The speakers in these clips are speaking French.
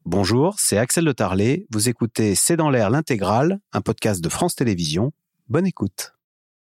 Bonjour, c'est Axel de Tarlet. Vous écoutez C'est dans l'air l'intégrale, un podcast de France Télévisions. Bonne écoute.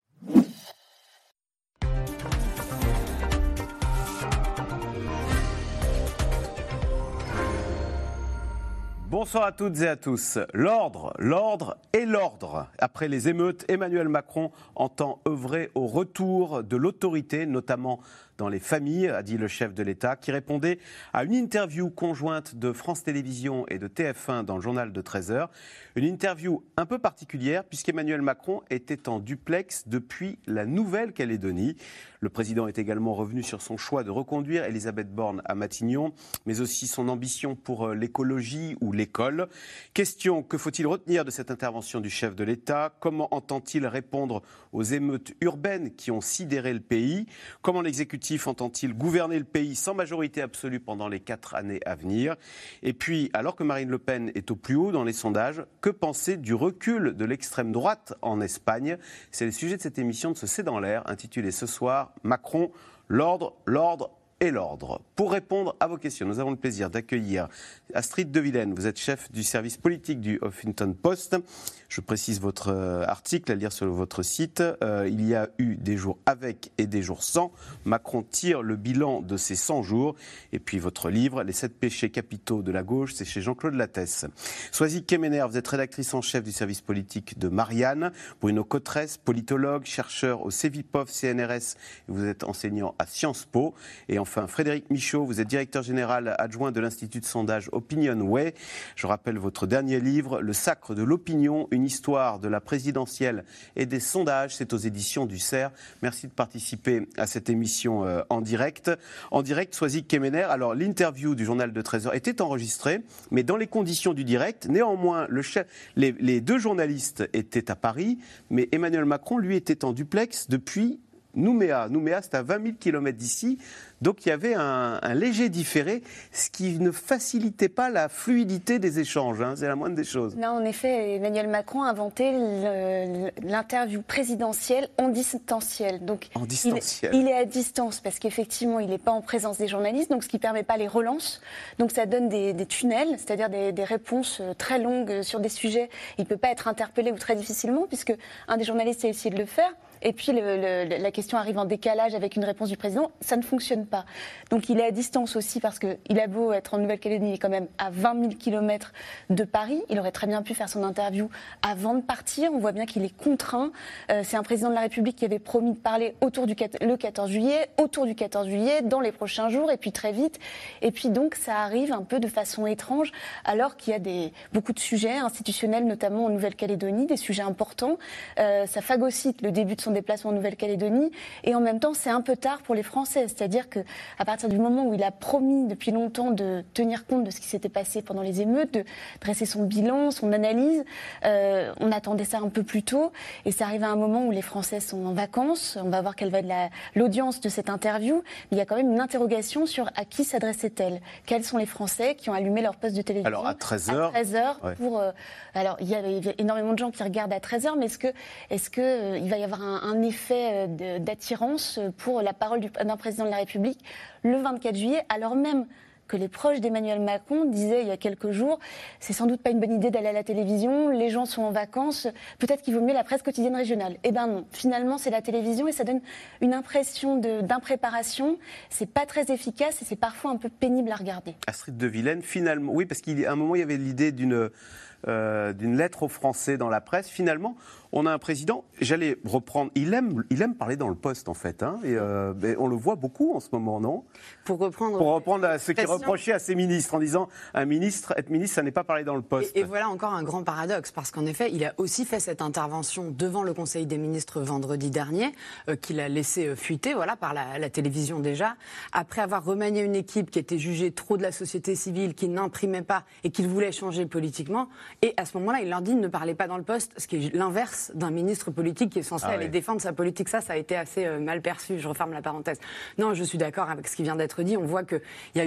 Bonsoir à toutes et à tous. L'ordre et l'ordre. Après les émeutes, Emmanuel Macron entend œuvrer au retour de l'autorité, notamment dans les familles, a dit le chef de l'État, qui répondait à une interview conjointe de France Télévisions et de TF1 dans le journal de 13h. Une interview un peu particulière puisqu'Emmanuel Macron était en duplex depuis la Nouvelle-Calédonie. Le président est également revenu sur son choix de reconduire Elisabeth Borne à Matignon, mais aussi son ambition pour l'écologie ou l'école. Question, que faut-il retenir de cette intervention du chef de l'État ? Comment entend-il répondre aux émeutes urbaines qui ont sidéré le pays ? Comment l'exécutif entend-il gouverner le pays sans majorité absolue pendant les 4 années à venir ? Et puis, alors que Marine Le Pen est au plus haut dans les sondages, que penser du recul de l'extrême droite en Espagne ? C'est le sujet de cette émission de ce C'est dans l'air, intitulée ce soir « Macron, l'ordre et l'ordre ». Pour répondre à vos questions, nous avons le plaisir d'accueillir Astrid de Villaine. Vous êtes chef du service politique du Huffington Post. Je précise votre article à lire sur votre site. Il y a eu des jours avec et des jours sans. Macron tire le bilan de ces 100 jours. Et puis votre livre, Les 7 péchés capitaux de la gauche, c'est chez Jean-Claude Lattès. Soisy Kemener, vous êtes rédactrice en chef du service politique de Marianne. Bruno Cotresse, politologue, chercheur au CEVIPOF, CNRS. Vous êtes enseignant à Sciences Po. Et enfin, Frédéric Michaud, vous êtes directeur général adjoint de l'Institut de sondage Opinionway. Je rappelle votre dernier livre, Le sacre de l'opinion, une histoire de la présidentielle et des sondages. C'est aux éditions du CERF. Merci de participer à cette émission en direct. En direct, Soisy Kemener. Alors, l'interview du journal de 13h était enregistrée, mais dans les conditions du direct. Néanmoins, les deux journalistes étaient à Paris, mais Emmanuel Macron, lui, était en duplex depuis Nouméa. Nouméa, c'est à 20 000 km d'ici. Donc il y avait un léger différé, ce qui ne facilitait pas la fluidité des échanges, c'est la moindre des choses. Là, en effet, Emmanuel Macron a inventé l'interview présidentielle en distanciel. Donc, en distanciel. Il est à distance parce qu'effectivement, il n'est pas en présence des journalistes, donc ce qui ne permet pas les relances. Donc ça donne des tunnels, c'est-à-dire des réponses très longues sur des sujets. Il ne peut pas être interpellé ou très difficilement, puisque un des journalistes a essayé de le faire. Et puis la question arrive en décalage avec une réponse du président, ça ne fonctionne pas. Donc il est à distance aussi parce qu'il a beau être en Nouvelle-Calédonie, il est quand même à 20 000 km de Paris. Il aurait très bien pu faire son interview avant de partir. On voit bien qu'il est contraint. C'est un président de la République qui avait promis de parler le 14 juillet, autour du 14 juillet, dans les prochains jours, et puis très vite. Et puis donc ça arrive un peu de façon étrange, alors qu'il y a beaucoup de sujets institutionnels, notamment en Nouvelle-Calédonie, des sujets importants. Ça phagocyte le début de son déplacement en Nouvelle-Calédonie, et en même temps c'est un peu tard pour les Français, c'est-à-dire qu'à partir du moment où il a promis depuis longtemps de tenir compte de ce qui s'était passé pendant les émeutes, de dresser son bilan, son analyse, on attendait ça un peu plus tôt, et ça arrive à un moment où les Français sont en vacances. On va voir quelle va être l'audience de cette interview. Il y a quand même une interrogation sur à qui s'adressait-elle, quels sont les Français qui ont allumé leur poste de télévision. Alors à 13h, ouais. Alors il y a énormément de gens qui regardent à 13h, mais est-ce que il va y avoir un effet d'attirance pour la parole d'un président de la République le 24 juillet, alors même que les proches d'Emmanuel Macron disaient il y a quelques jours, c'est sans doute pas une bonne idée d'aller à la télévision, les gens sont en vacances, peut-être qu'il vaut mieux la presse quotidienne régionale. Eh ben non, finalement c'est la télévision et ça donne une impression d'impréparation, c'est pas très efficace et c'est parfois un peu pénible à regarder. Astrid de Villaine, finalement, oui, parce qu'à un moment il y avait l'idée d'une lettre aux Français dans la presse. Finalement, on a un président, j'allais reprendre, il aime parler dans le Poste en fait, et on le voit beaucoup en ce moment, non ? Pour reprendre ce qui est reproché à ses ministres en disant être ministre, ça n'est pas parler dans le Poste. Et voilà encore un grand paradoxe, parce qu'en effet, il a aussi fait cette intervention devant le Conseil des ministres vendredi dernier, qu'il a laissé fuiter, par la télévision déjà, après avoir remanié une équipe qui était jugée trop de la société civile, qui n'imprimait pas et qu'il voulait changer politiquement. Et à ce moment-là, il leur dit ne parlez pas dans le Poste, ce qui est l'inverse d'un ministre politique qui est censé aller défendre sa politique. Ça a été assez mal perçu, je referme la parenthèse. Non, je suis d'accord avec ce qui vient d'être dit. On voit qu'il y a eu un tas de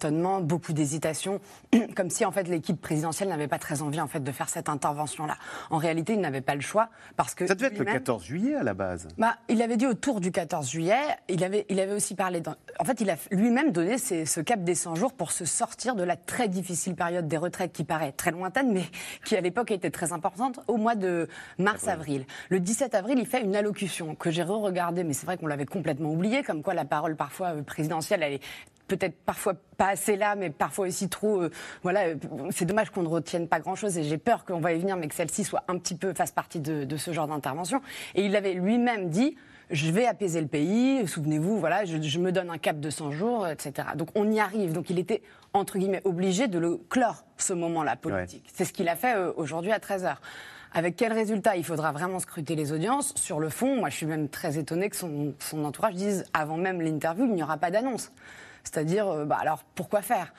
d'étonnement, beaucoup d'hésitation, comme si en fait l'équipe présidentielle n'avait pas très envie en fait de faire cette intervention-là. En réalité, il n'avait pas le choix parce que ça devait être le 14 juillet à la base. Il avait dit autour du 14 juillet. Il avait aussi parlé. En fait, il a lui-même donné ce cap des 100 jours pour se sortir de la très difficile période des retraites qui paraît très lointaine, mais qui à l'époque était très importante, au mois de mars-avril. Le 17 avril, il fait une allocution que j'ai re-regardée, mais c'est vrai qu'on l'avait complètement oubliée, comme quoi la parole parfois présidentielle, elle est peut-être parfois pas assez là, mais parfois aussi trop. C'est dommage qu'on ne retienne pas grand-chose et j'ai peur qu'on va y venir, mais que celle-ci soit un petit peu fasse partie de ce genre d'intervention. Et il avait lui-même dit. Je vais apaiser le pays, souvenez-vous, voilà, je me donne un cap de 100 jours, etc. Donc on y arrive. Donc il était, entre guillemets, obligé de le clore, ce moment-là politique. Ouais. C'est ce qu'il a fait aujourd'hui à 13h. Avec quel résultat? Il faudra vraiment scruter les audiences. Sur le fond, moi je suis même très étonnée que son entourage dise, avant même l'interview, il n'y aura pas d'annonce. C'est-à-dire, alors pourquoi faire?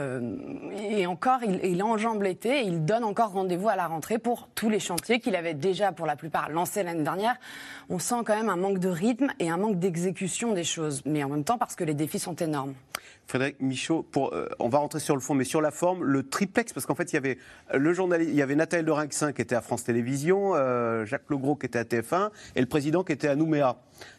Et encore, il enjambe l'été, il donne encore rendez-vous à la rentrée pour tous les chantiers qu'il avait déjà, pour la plupart, lancés l'année dernière. On sent quand même un manque de rythme et un manque d'exécution des choses, mais en même temps parce que les défis sont énormes. Frédéric Michaud, on va rentrer sur le fond, mais sur la forme, le triplex, parce qu'en fait, il y avait le journaliste, il y avait Nathalie Rinxin qui était à France Télévisions, Jacques Legros qui était à TF1 et le président qui était à Nouméa.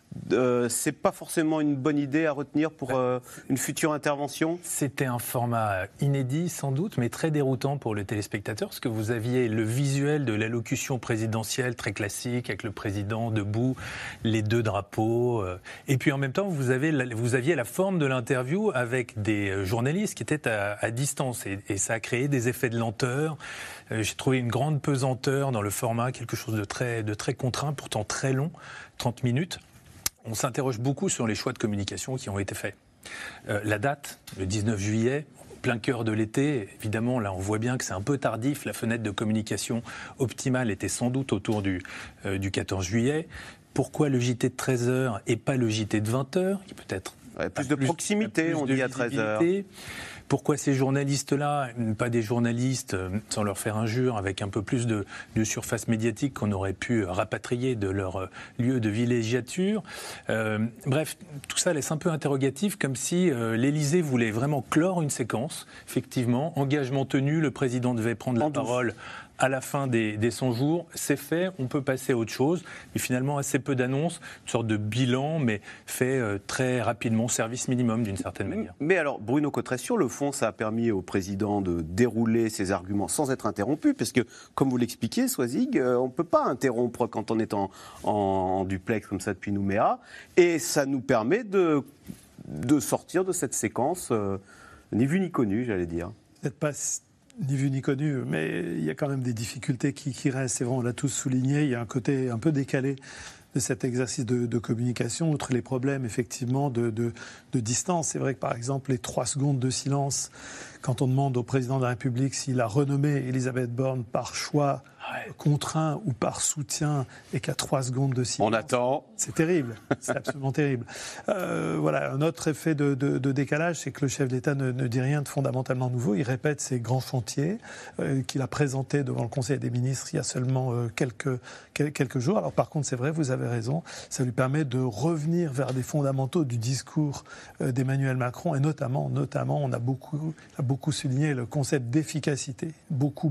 C'est pas forcément une bonne idée à retenir pour une future intervention? C'était un format inédit sans doute, mais très déroutant pour le téléspectateur, parce que vous aviez le visuel de l'allocution présidentielle très classique, avec le président debout, les deux drapeaux, et puis en même temps vous aviez la forme de l'interview avec des journalistes qui étaient à distance, et ça a créé des effets de lenteur. J'ai trouvé une grande pesanteur dans le format, quelque chose de très contraint, pourtant très long, 30 minutes. On s'interroge beaucoup sur les choix de communication qui ont été faits. La date, le 19 juillet, plein cœur de l'été, évidemment, là on voit bien que c'est un peu tardif. La fenêtre de communication optimale était sans doute autour du 14 juillet. Pourquoi le JT de 13h et pas le JT de 20h? Qui peut-être plus de proximité, on dit à 13h. Pourquoi ces journalistes-là, pas des journalistes, sans leur faire injure, avec un peu plus de surface médiatique qu'on aurait pu rapatrier de leur lieu de villégiature? Bref, tout ça laisse un peu interrogatif, comme si l'Élysée voulait vraiment clore une séquence. Effectivement, engagement tenu, le président devait prendre la parole à la fin des 100 jours, c'est fait, on peut passer à autre chose. Mais finalement, assez peu d'annonces, une sorte de bilan, mais fait très rapidement, service minimum d'une certaine manière. Mais alors, Bruno Cottret, sur le fond, ça a permis au président de dérouler ses arguments sans être interrompu, parce que, comme vous l'expliquiez, Soisig, on ne peut pas interrompre quand on est en duplex comme ça depuis Nouméa, et ça nous permet de sortir de cette séquence, ni vu ni connu, j'allais dire. Peut-être pas ni vu ni connu, mais il y a quand même des difficultés qui restent. C'est vrai, on l'a tous souligné, il y a un côté un peu décalé de cet exercice de communication, outre les problèmes effectivement de distance. C'est vrai que par exemple les 3 secondes de silence, quand on demande au président de la République s'il a renommé Elisabeth Borne par choix contraint ou par soutien, et qu'à 3 secondes de silence. On attend. C'est terrible, c'est absolument terrible. Voilà, un autre effet de décalage, c'est que le chef d'État ne dit rien de fondamentalement nouveau. Il répète ses grands chantiers qu'il a présentés devant le Conseil des ministres il y a seulement quelques jours. Alors par contre, c'est vrai, vous avez raison, ça lui permet de revenir vers des fondamentaux du discours d'Emmanuel Macron, et notamment, on a beaucoup souligné le concept d'efficacité. Beaucoup.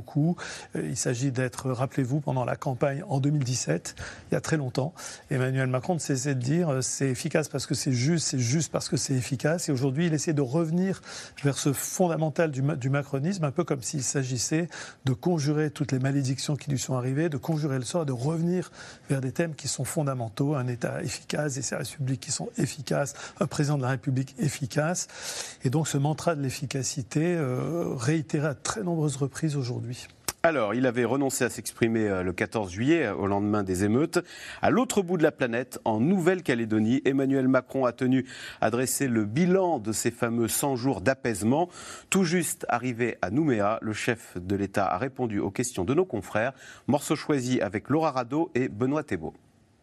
Il s'agit d'être, rappelez-vous, pendant la campagne en 2017, il y a très longtemps, Emmanuel Macron ne cessait de dire c'est efficace parce que c'est juste parce que c'est efficace. Et aujourd'hui, il essaie de revenir vers ce fondamental du macronisme, un peu comme s'il s'agissait de conjurer toutes les malédictions qui lui sont arrivées, de conjurer le sort, de revenir vers des thèmes qui sont fondamentaux, un État efficace, des services publics qui sont efficaces, un président de la République efficace. Et donc ce mantra de l'efficacité réitéré à très nombreuses reprises aujourd'hui. Alors, il avait renoncé à s'exprimer le 14 juillet, au lendemain des émeutes. À l'autre bout de la planète, en Nouvelle-Calédonie, Emmanuel Macron a tenu à dresser le bilan de ces fameux 100 jours d'apaisement. Tout juste arrivé à Nouméa, le chef de l'État a répondu aux questions de nos confrères. Morceau choisi avec Laura Rado et Benoît Thébault.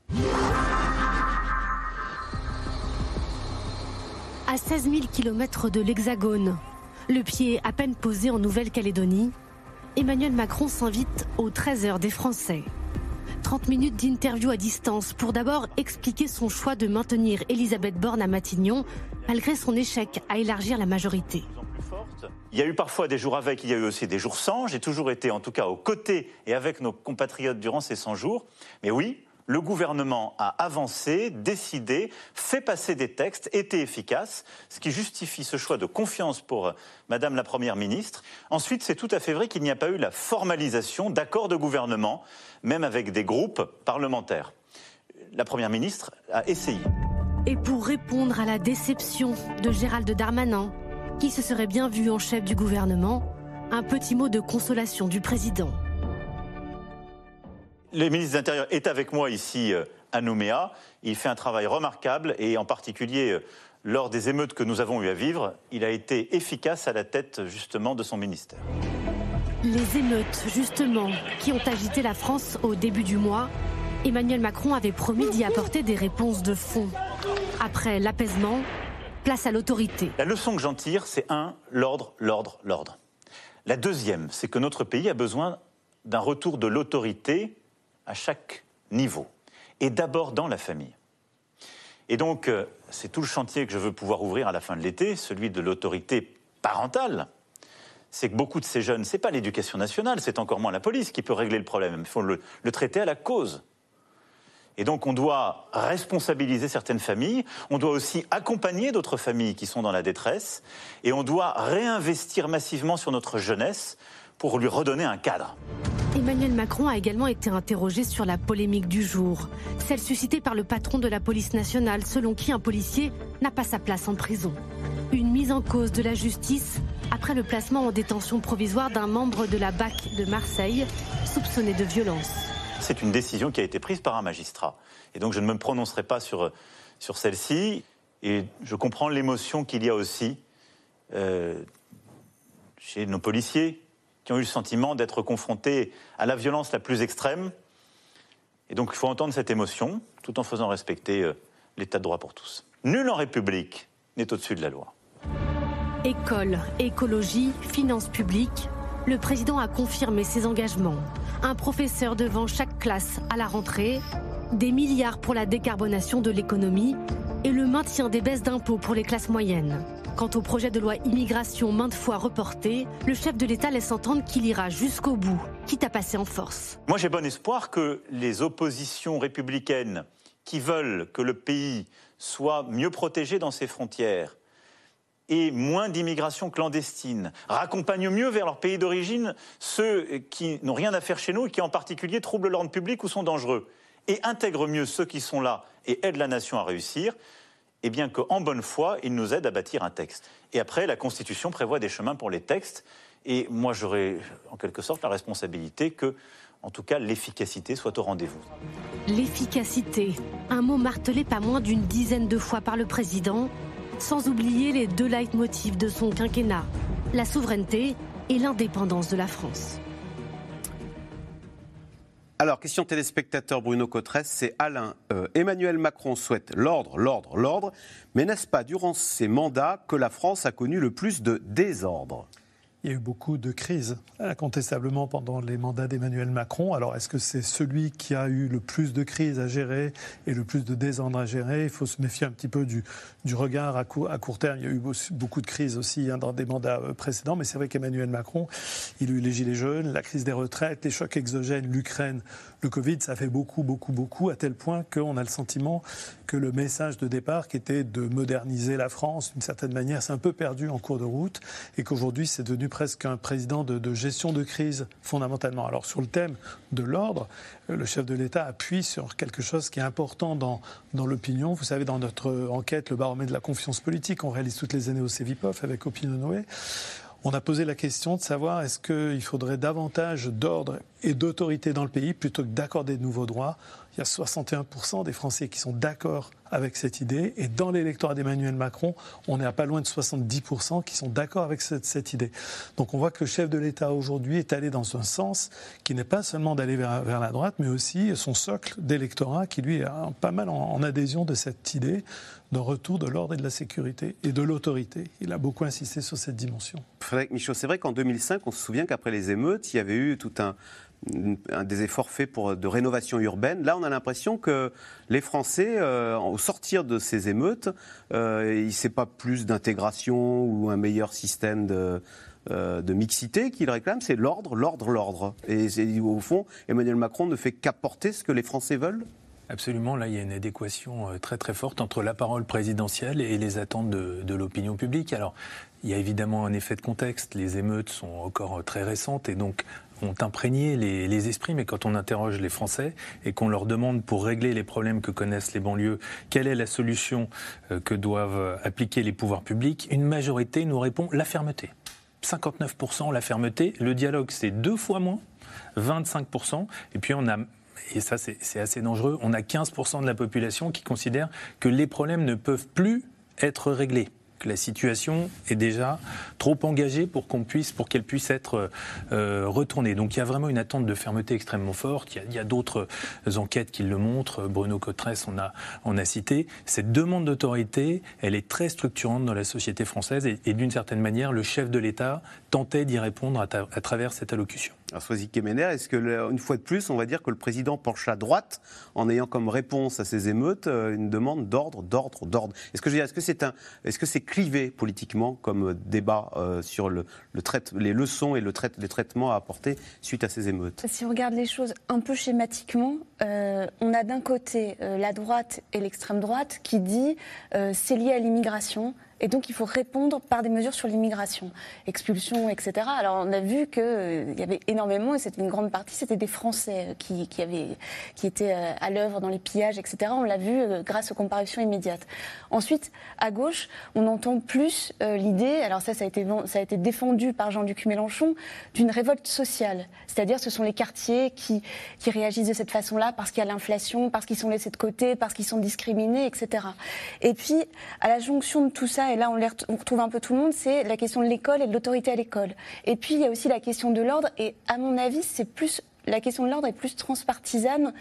À 16 000 km de l'Hexagone, le pied à peine posé en Nouvelle-Calédonie, Emmanuel Macron s'invite aux 13h des Français. 30 minutes d'interview à distance pour d'abord expliquer son choix de maintenir Elisabeth Borne à Matignon, malgré son échec à élargir la majorité. Il y a eu parfois des jours avec, il y a eu aussi des jours sans. J'ai toujours été, en tout cas, aux côtés et avec nos compatriotes durant ces 100 jours. Mais oui, le gouvernement a avancé, décidé, fait passer des textes, été efficace, ce qui justifie ce choix de confiance pour Madame la Première ministre. Ensuite, c'est tout à fait vrai qu'il n'y a pas eu la formalisation d'accords de gouvernement, même avec des groupes parlementaires. La Première ministre a essayé. Et pour répondre à la déception de Gérald Darmanin, qui se serait bien vu en chef du gouvernement, un petit mot de consolation du président. Le ministre de l'Intérieur est avec moi ici à Nouméa. Il fait un travail remarquable et en particulier lors des émeutes que nous avons eu à vivre, il a été efficace à la tête justement de son ministère. Les émeutes, justement, qui ont agité la France au début du mois, Emmanuel Macron avait promis d'y apporter des réponses de fond. Après l'apaisement, place à l'autorité. La leçon que j'en tire, c'est l'ordre, l'ordre, l'ordre. La deuxième, c'est que notre pays a besoin d'un retour de l'autorité à chaque niveau, et d'abord dans la famille. Et donc, c'est tout le chantier que je veux pouvoir ouvrir à la fin de l'été, celui de l'autorité parentale. C'est que beaucoup de ces jeunes, c'est pas l'éducation nationale, c'est encore moins la police qui peut régler le problème. Il faut le traiter à la cause. Et donc, on doit responsabiliser certaines familles, on doit aussi accompagner d'autres familles qui sont dans la détresse, et on doit réinvestir massivement sur notre jeunesse pour lui redonner un cadre. Emmanuel Macron a également été interrogé sur la polémique du jour, celle suscitée par le patron de la police nationale, selon qui un policier n'a pas sa place en prison. Une mise en cause de la justice après le placement en détention provisoire d'un membre de la BAC de Marseille, soupçonné de violence. C'est une décision qui a été prise par un magistrat. Et donc je ne me prononcerai pas sur celle-ci. Et je comprends l'émotion qu'il y a aussi chez nos policiers, qui ont eu le sentiment d'être confrontés à la violence la plus extrême. Et donc il faut entendre cette émotion, tout en faisant respecter l'état de droit pour tous. Nul en République n'est au-dessus de la loi. École, écologie, finances publiques, le président a confirmé ses engagements. Un professeur devant chaque classe à la rentrée, des milliards pour la décarbonation de l'économie et le maintien des baisses d'impôts pour les classes moyennes. Quant au projet de loi immigration maintes fois reporté, le chef de l'État laisse entendre qu'il ira jusqu'au bout, quitte à passer en force. Moi j'ai bon espoir que les oppositions républicaines qui veulent que le pays soit mieux protégé dans ses frontières et moins d'immigration clandestine, raccompagnent mieux vers leur pays d'origine ceux qui n'ont rien à faire chez nous et qui en particulier troublent l'ordre public ou sont dangereux, et intègrent mieux ceux qui sont là et aident la nation à réussir, et bien qu'en bonne foi, ils nous aident à bâtir un texte. Et après, la Constitution prévoit des chemins pour les textes, et moi j'aurai en quelque sorte la responsabilité que, en tout cas, l'efficacité soit au rendez-vous. L'efficacité, un mot martelé pas moins d'une dizaine de fois par le président, sans oublier les deux leitmotifs de son quinquennat, la souveraineté et l'indépendance de la France. Alors, question téléspectateur Bruno Cotresse, c'est Alain. Emmanuel Macron souhaite l'ordre, l'ordre, l'ordre, mais n'est-ce pas durant ses mandats que la France a connu le plus de désordre ? Il y a eu beaucoup de crises, incontestablement, pendant les mandats d'Emmanuel Macron. Alors, est-ce que c'est celui qui a eu le plus de crises à gérer et le plus de désordre à gérer ? Il faut se méfier un petit peu du regard à court terme. Il y a eu beaucoup de crises aussi dans des mandats précédents, mais c'est vrai qu'Emmanuel Macron, il a eu les gilets jaunes, la crise des retraites, les chocs exogènes, l'Ukraine, le Covid, ça fait beaucoup, à tel point qu'on a le sentiment que le message de départ, qui était de moderniser la France, d'une certaine manière, s'est un peu perdu en cours de route, et qu'aujourd'hui, c'est devenu presque un président de gestion de crise, fondamentalement. Alors, sur le thème de l'ordre, le chef de l'État appuie sur quelque chose qui est important dans l'opinion. Vous savez, dans notre enquête, le baromètre de la confiance politique, on réalise toutes les années au CEVIPOF avec Opinionway, on a posé la question de savoir est-ce qu'il faudrait davantage d'ordre et d'autorité dans le pays plutôt que d'accorder de nouveaux droits. Il y a 61% des Français qui sont d'accord avec cette idée. Et dans l'électorat d'Emmanuel Macron, on est à pas loin de 70% qui sont d'accord avec cette idée. Donc on voit que le chef de l'État aujourd'hui est allé dans un sens qui n'est pas seulement d'aller vers la droite, mais aussi son socle d'électorat qui lui est pas mal en adhésion de cette idée d'un retour de l'ordre et de la sécurité et de l'autorité. Il a beaucoup insisté sur cette dimension. Frédéric Michaud, c'est vrai qu'en 2005, on se souvient qu'après les émeutes, il y avait eu tout un des efforts faits de rénovation urbaine. Là, on a l'impression que les Français, au sortir de ces émeutes, c'est pas plus d'intégration ou un meilleur système de mixité qu'ils réclament, c'est l'ordre. Et au fond, Emmanuel Macron ne fait qu'apporter ce que les Français veulent. Absolument, là il y a une adéquation très très forte entre la parole présidentielle et les attentes de l'opinion publique. Alors il y a évidemment un effet de contexte, les émeutes sont encore très récentes et donc ont imprégné les esprits, mais quand on interroge les Français et qu'on leur demande pour régler les problèmes que connaissent les banlieues, quelle est la solution que doivent appliquer les pouvoirs publics, une majorité nous répond la fermeté. 59% la fermeté, le dialogue c'est 2 fois moins, 25%, et puis on a... Et ça, c'est assez dangereux. On a 15% de la population qui considère que les problèmes ne peuvent plus être réglés, que la situation est déjà trop engagée pour qu'elle puisse être retournée. Donc il y a vraiment une attente de fermeté extrêmement forte. Il y a d'autres enquêtes qui le montrent. Bruno Cotresse on a cité. Cette demande d'autorité, elle est très structurante dans la société française et d'une certaine manière, le chef de l'État tentait d'y répondre à travers cette allocution. Alors Soisy Kemener, est-ce que, une fois de plus, on va dire que le président penche à droite en ayant comme réponse à ces émeutes une demande d'ordre. Est-ce que c'est clivé politiquement comme débat sur les leçons et les traitements à apporter suite à ces émeutes? Si on regarde les choses un peu schématiquement, on a d'un côté la droite et l'extrême droite qui dit c'est lié à l'immigration. Et donc, il faut répondre par des mesures sur l'immigration, expulsion, etc. Alors, on a vu qu'il y avait énormément, et c'était une grande partie, c'était des Français qui étaient à l'œuvre dans les pillages, etc. On l'a vu grâce aux comparutions immédiates. Ensuite, à gauche, on entend plus l'idée, alors ça a été défendu par Jean-Luc Mélenchon, d'une révolte sociale. C'est-à-dire, ce sont les quartiers qui réagissent de cette façon-là parce qu'il y a l'inflation, parce qu'ils sont laissés de côté, parce qu'ils sont discriminés, etc. Et puis, à la jonction de tout ça, et là on retrouve un peu tout le monde, c'est la question de l'école et de l'autorité à l'école. Et puis il y a aussi la question de l'ordre, et à mon avis, la question de l'ordre est plus transpartisane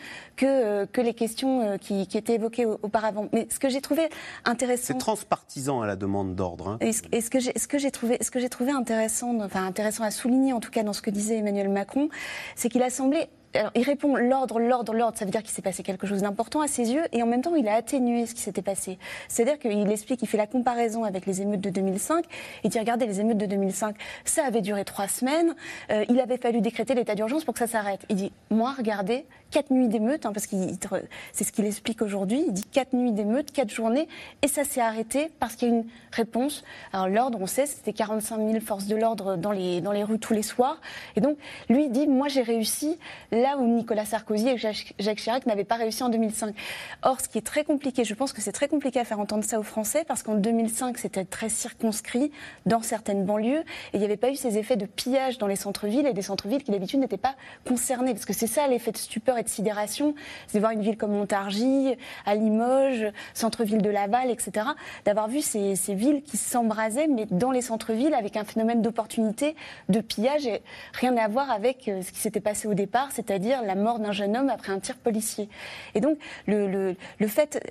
que les questions qui étaient évoquées auparavant. Mais ce que j'ai trouvé intéressant... C'est transpartisan à la demande d'ordre. Et ce que j'ai trouvé intéressant à souligner, en tout cas dans ce que disait Emmanuel Macron, c'est qu'il a semblé... Alors, il répond l'ordre, ça veut dire qu'il s'est passé quelque chose d'important à ses yeux, et en même temps, il a atténué ce qui s'était passé. C'est-à-dire qu'il explique, il fait la comparaison avec les émeutes de 2005, il dit, regardez, les émeutes de 2005, ça avait duré 3 semaines, il avait fallu décréter l'état d'urgence pour que ça s'arrête. Il dit, moi, regardez, 4 nuits d'émeutes, parce que c'est ce qu'il explique aujourd'hui, il dit 4 nuits d'émeutes, 4 journées, et ça s'est arrêté parce qu'il y a une réponse. Alors l'ordre, on sait, c'était 45 000 forces de l'ordre dans les rues tous les soirs, et donc, lui, il dit, moi, j'ai réussi là où Nicolas Sarkozy et Jacques Chirac n'avaient pas réussi en 2005. Or, ce qui est très compliqué, je pense que c'est très compliqué à faire entendre ça aux Français, parce qu'en 2005, c'était très circonscrit dans certaines banlieues, et il n'y avait pas eu ces effets de pillage dans les centres-villes, et des centres-villes qui d'habitude n'étaient pas concernés, parce que c'est ça l'effet de stupeur et de sidération, c'est de voir une ville comme Montargis, à Limoges, centre-ville de Laval, etc., d'avoir vu ces villes qui s'embrasaient, mais dans les centres-villes, avec un phénomène d'opportunité, de pillage, et rien à voir avec ce qui s'était passé au départ, c'est-à-dire la mort d'un jeune homme après un tir policier. Et donc, le fait,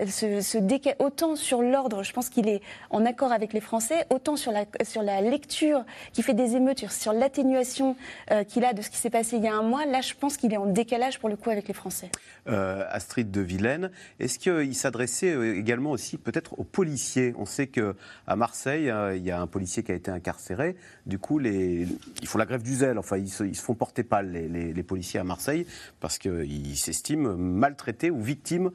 autant sur l'ordre, je pense qu'il est en accord avec les Français, autant sur la lecture qui fait des émeutes, sur l'atténuation qu'il a de ce qui s'est passé il y a un mois, là, je pense qu'il est en décalage pour le coup avec les Français. Astrid de Villaine, est-ce qu'il s'adressait également aussi peut-être aux policiers? On sait qu'à Marseille, il y a un policier qui a été incarcéré. Du coup, ils font la grève du zèle. Enfin, ils se font porter pâle, les policiers à Marseille, parce qu'ils s'estiment maltraités ou victimes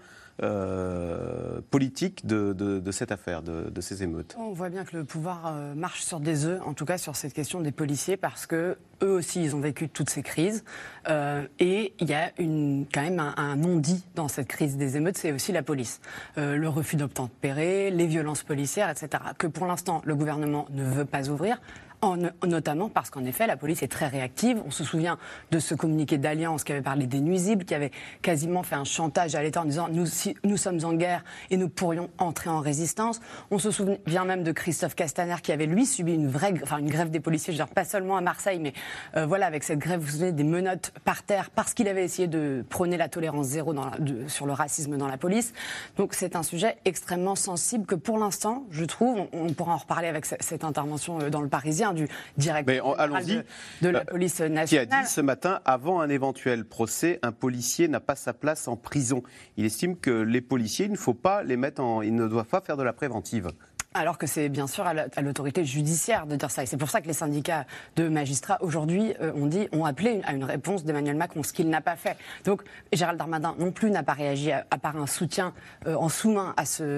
politique de cette affaire, de ces émeutes. On voit bien que le pouvoir marche sur des œufs, en tout cas sur cette question des policiers, parce que eux aussi, ils ont vécu toutes ces crises. Et il y a quand même un non-dit dans cette crise des émeutes, c'est aussi la police. Le refus d'obtempérer, les violences policières, etc., que pour l'instant, le gouvernement ne veut pas ouvrir. Notamment parce qu'en effet, la police est très réactive. On se souvient de ce communiqué d'alliance qui avait parlé des nuisibles, qui avait quasiment fait un chantage à l'État en disant nous sommes en guerre et nous pourrions entrer en résistance. On se souvient même de Christophe Castaner qui avait lui subi une grève des policiers, je veux dire pas seulement à Marseille, mais voilà, avec cette grève, vous vous souvenez, des menottes par terre parce qu'il avait essayé de prôner la tolérance zéro sur le racisme dans la police. Donc c'est un sujet extrêmement sensible que pour l'instant, je trouve, on pourra en reparler avec cette intervention dans Le Parisien, du directeur général de la police nationale. Qui a dit ce matin, avant un éventuel procès, un policier n'a pas sa place en prison. Il estime que les policiers, il ne faut pas les mettre ils ne doivent pas faire de la préventive. Alors que c'est bien sûr à l'autorité judiciaire de dire ça. Et c'est pour ça que les syndicats de magistrats, aujourd'hui, ont appelé à une réponse d'Emmanuel Macron, ce qu'il n'a pas fait. Donc Gérald Darmanin non plus n'a pas réagi à part un soutien en sous-main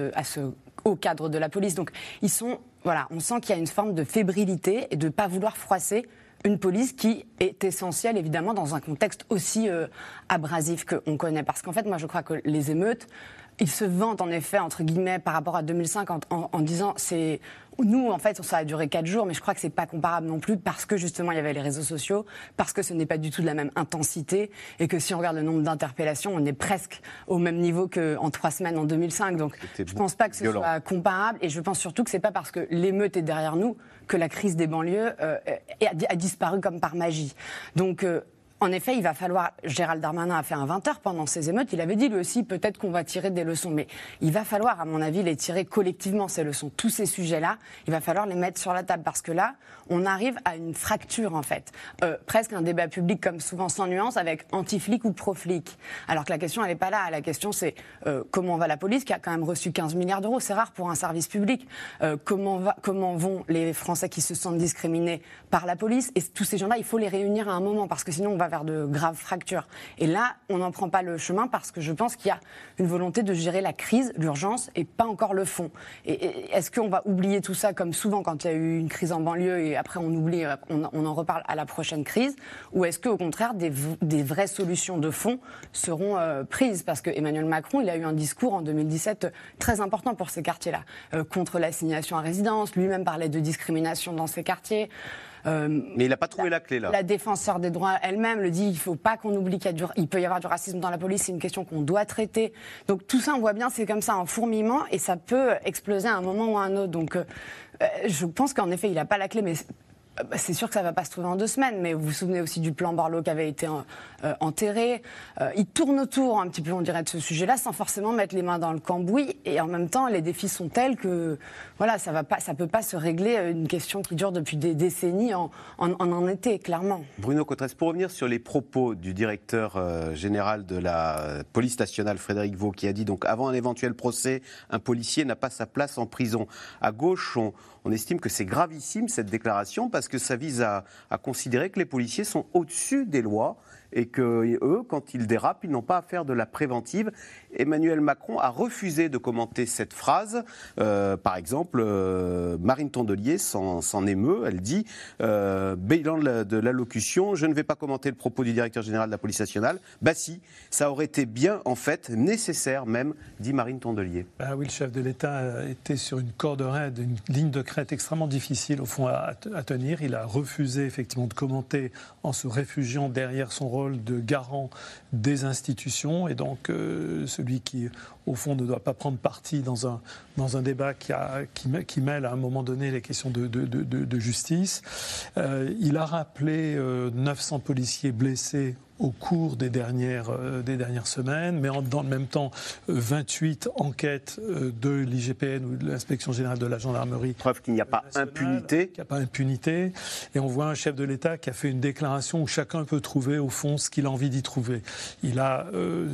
au cadre de la police. Donc on sent qu'il y a une forme de fébrilité et de ne pas vouloir froisser une police qui est essentielle, évidemment, dans un contexte aussi abrasif qu'on connaît. Parce qu'en fait, moi, je crois que les émeutes, ils se vantent, en effet, entre guillemets, par rapport à 2005, en disant, nous, en fait, ça a duré 4 jours, mais je crois que c'est pas comparable non plus, parce que, justement, il y avait les réseaux sociaux, parce que ce n'est pas du tout de la même intensité, et que si on regarde le nombre d'interpellations, on est presque au même niveau qu'en 3 semaines en 2005. Donc, je pense pas que ce soit comparable, et je pense surtout que c'est pas parce que l'émeute est derrière nous que la crise des banlieues a disparu comme par magie. Donc, en effet, il va falloir... Gérald Darmanin a fait un 20h pendant ces émeutes. Il avait dit, lui aussi, peut-être qu'on va tirer des leçons. Mais il va falloir, à mon avis, les tirer collectivement, ces leçons. Tous ces sujets-là, il va falloir les mettre sur la table. Parce que là, on arrive à une fracture, en fait. Presque un débat public, comme souvent, sans nuance, avec anti-flic ou pro-flic. Alors que la question, elle n'est pas là. La question, c'est comment va la police, qui a quand même reçu 15 milliards d'euros. C'est rare pour un service public. Comment vont les Français qui se sentent discriminés par la police. Et tous ces gens-là, il faut les réunir à un moment. Parce que sinon, on va vers de graves fractures. Et là, on n'en prend pas le chemin parce que je pense qu'il y a une volonté de gérer la crise, l'urgence, et pas encore le fond. Et est-ce qu'on va oublier tout ça comme souvent quand il y a eu une crise en banlieue et après on oublie, on en reparle à la prochaine crise? Ou est-ce qu'au contraire, des vraies solutions de fond seront prises? Parce que Emmanuel Macron, il a eu un discours en 2017 très important pour ces quartiers-là, contre l'assignation à résidence, lui-même parlait de discrimination dans ces quartiers. Mais il n'a pas trouvé la clé là. La défenseure des droits elle-même le dit, il ne faut pas qu'on oublie qu'il peut y avoir du racisme dans la police, c'est une question qu'on doit traiter. Donc tout ça, on voit bien, c'est comme ça, un fourmillement, et ça peut exploser à un moment ou à un autre. Donc je pense qu'en effet, il n'a pas la clé, mais c'est sûr que ça ne va pas se trouver en 2 semaines, mais vous vous souvenez aussi du plan Borloo qui avait été enterré. Il tourne autour un petit peu, on dirait, de ce sujet-là, sans forcément mettre les mains dans le cambouis. Et en même temps, les défis sont tels que voilà, ça ne peut pas se régler une question qui dure depuis des décennies en un été, clairement. Bruno Cotresse, pour revenir sur les propos du directeur général de la police nationale, Frédéric Vaux, qui a dit donc avant un éventuel procès, un policier n'a pas sa place en prison. À gauche, on estime que c'est gravissime cette déclaration parce que ça vise à considérer que les policiers sont au-dessus des lois et que eux, quand ils dérapent, ils n'ont pas à faire de la préventive. Emmanuel Macron a refusé de commenter cette phrase. Par exemple, Marine Tondelier s'en émeut. Elle dit, bilan de l'allocution, je ne vais pas commenter le propos du directeur général de la police nationale. Bah si, ça aurait été bien, en fait, nécessaire même, dit Marine Tondelier. Ah oui, le chef de l'État était sur une corde raide, une ligne de crête extrêmement difficile, au fond, à tenir. Il a refusé, effectivement, de commenter en se réfugiant derrière son rôle de garant des institutions, et donc celui qui, au fond, ne doit pas prendre parti dans un débat qui mêle à un moment donné les questions de justice. Il a rappelé 900 policiers blessés au cours des dernières semaines, mais dans le même temps, 28 enquêtes de l'IGPN ou de l'Inspection Générale de la Gendarmerie. Preuve qu'il n'y a pas impunité. Qu'il n'y a pas impunité. Et on voit un chef de l'État qui a fait une déclaration où chacun peut trouver, au fond, ce qu'il a envie d'y trouver. Il a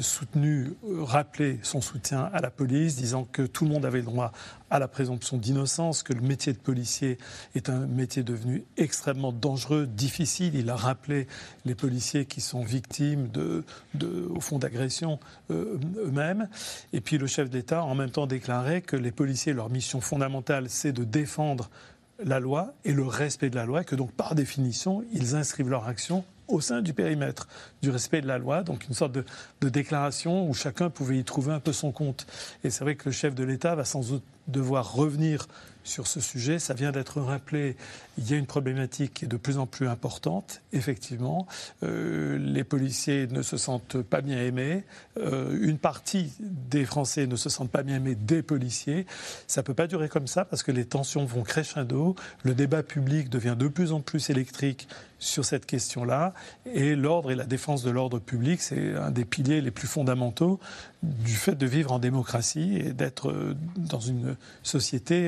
rappelé son soutien à la police, disant que tout le monde avait le droit à la présomption d'innocence, que le métier de policier est un métier devenu extrêmement dangereux, difficile. Il a rappelé les policiers qui sont victimes au fond d'agressions eux-mêmes. Et puis le chef d'État a en même temps déclaré que les policiers, leur mission fondamentale, c'est de défendre la loi et le respect de la loi, et que donc par définition, ils inscrivent leur action au sein du périmètre du respect de la loi, donc une sorte de déclaration où chacun pouvait y trouver un peu son compte. Et c'est vrai que le chef de l'État va sans doute devoir revenir sur ce sujet. Ça vient d'être rappelé, il y a une problématique qui est de plus en plus importante, effectivement. Les policiers ne se sentent pas bien aimés. Une partie des Français ne se sentent pas bien aimés des policiers. Ça ne peut pas durer comme ça parce que les tensions vont crescendo. Le débat public devient de plus en plus électrique sur cette question-là. Et l'ordre et la défense de l'ordre public, c'est un des piliers les plus fondamentaux du fait de vivre en démocratie et d'être dans une société qui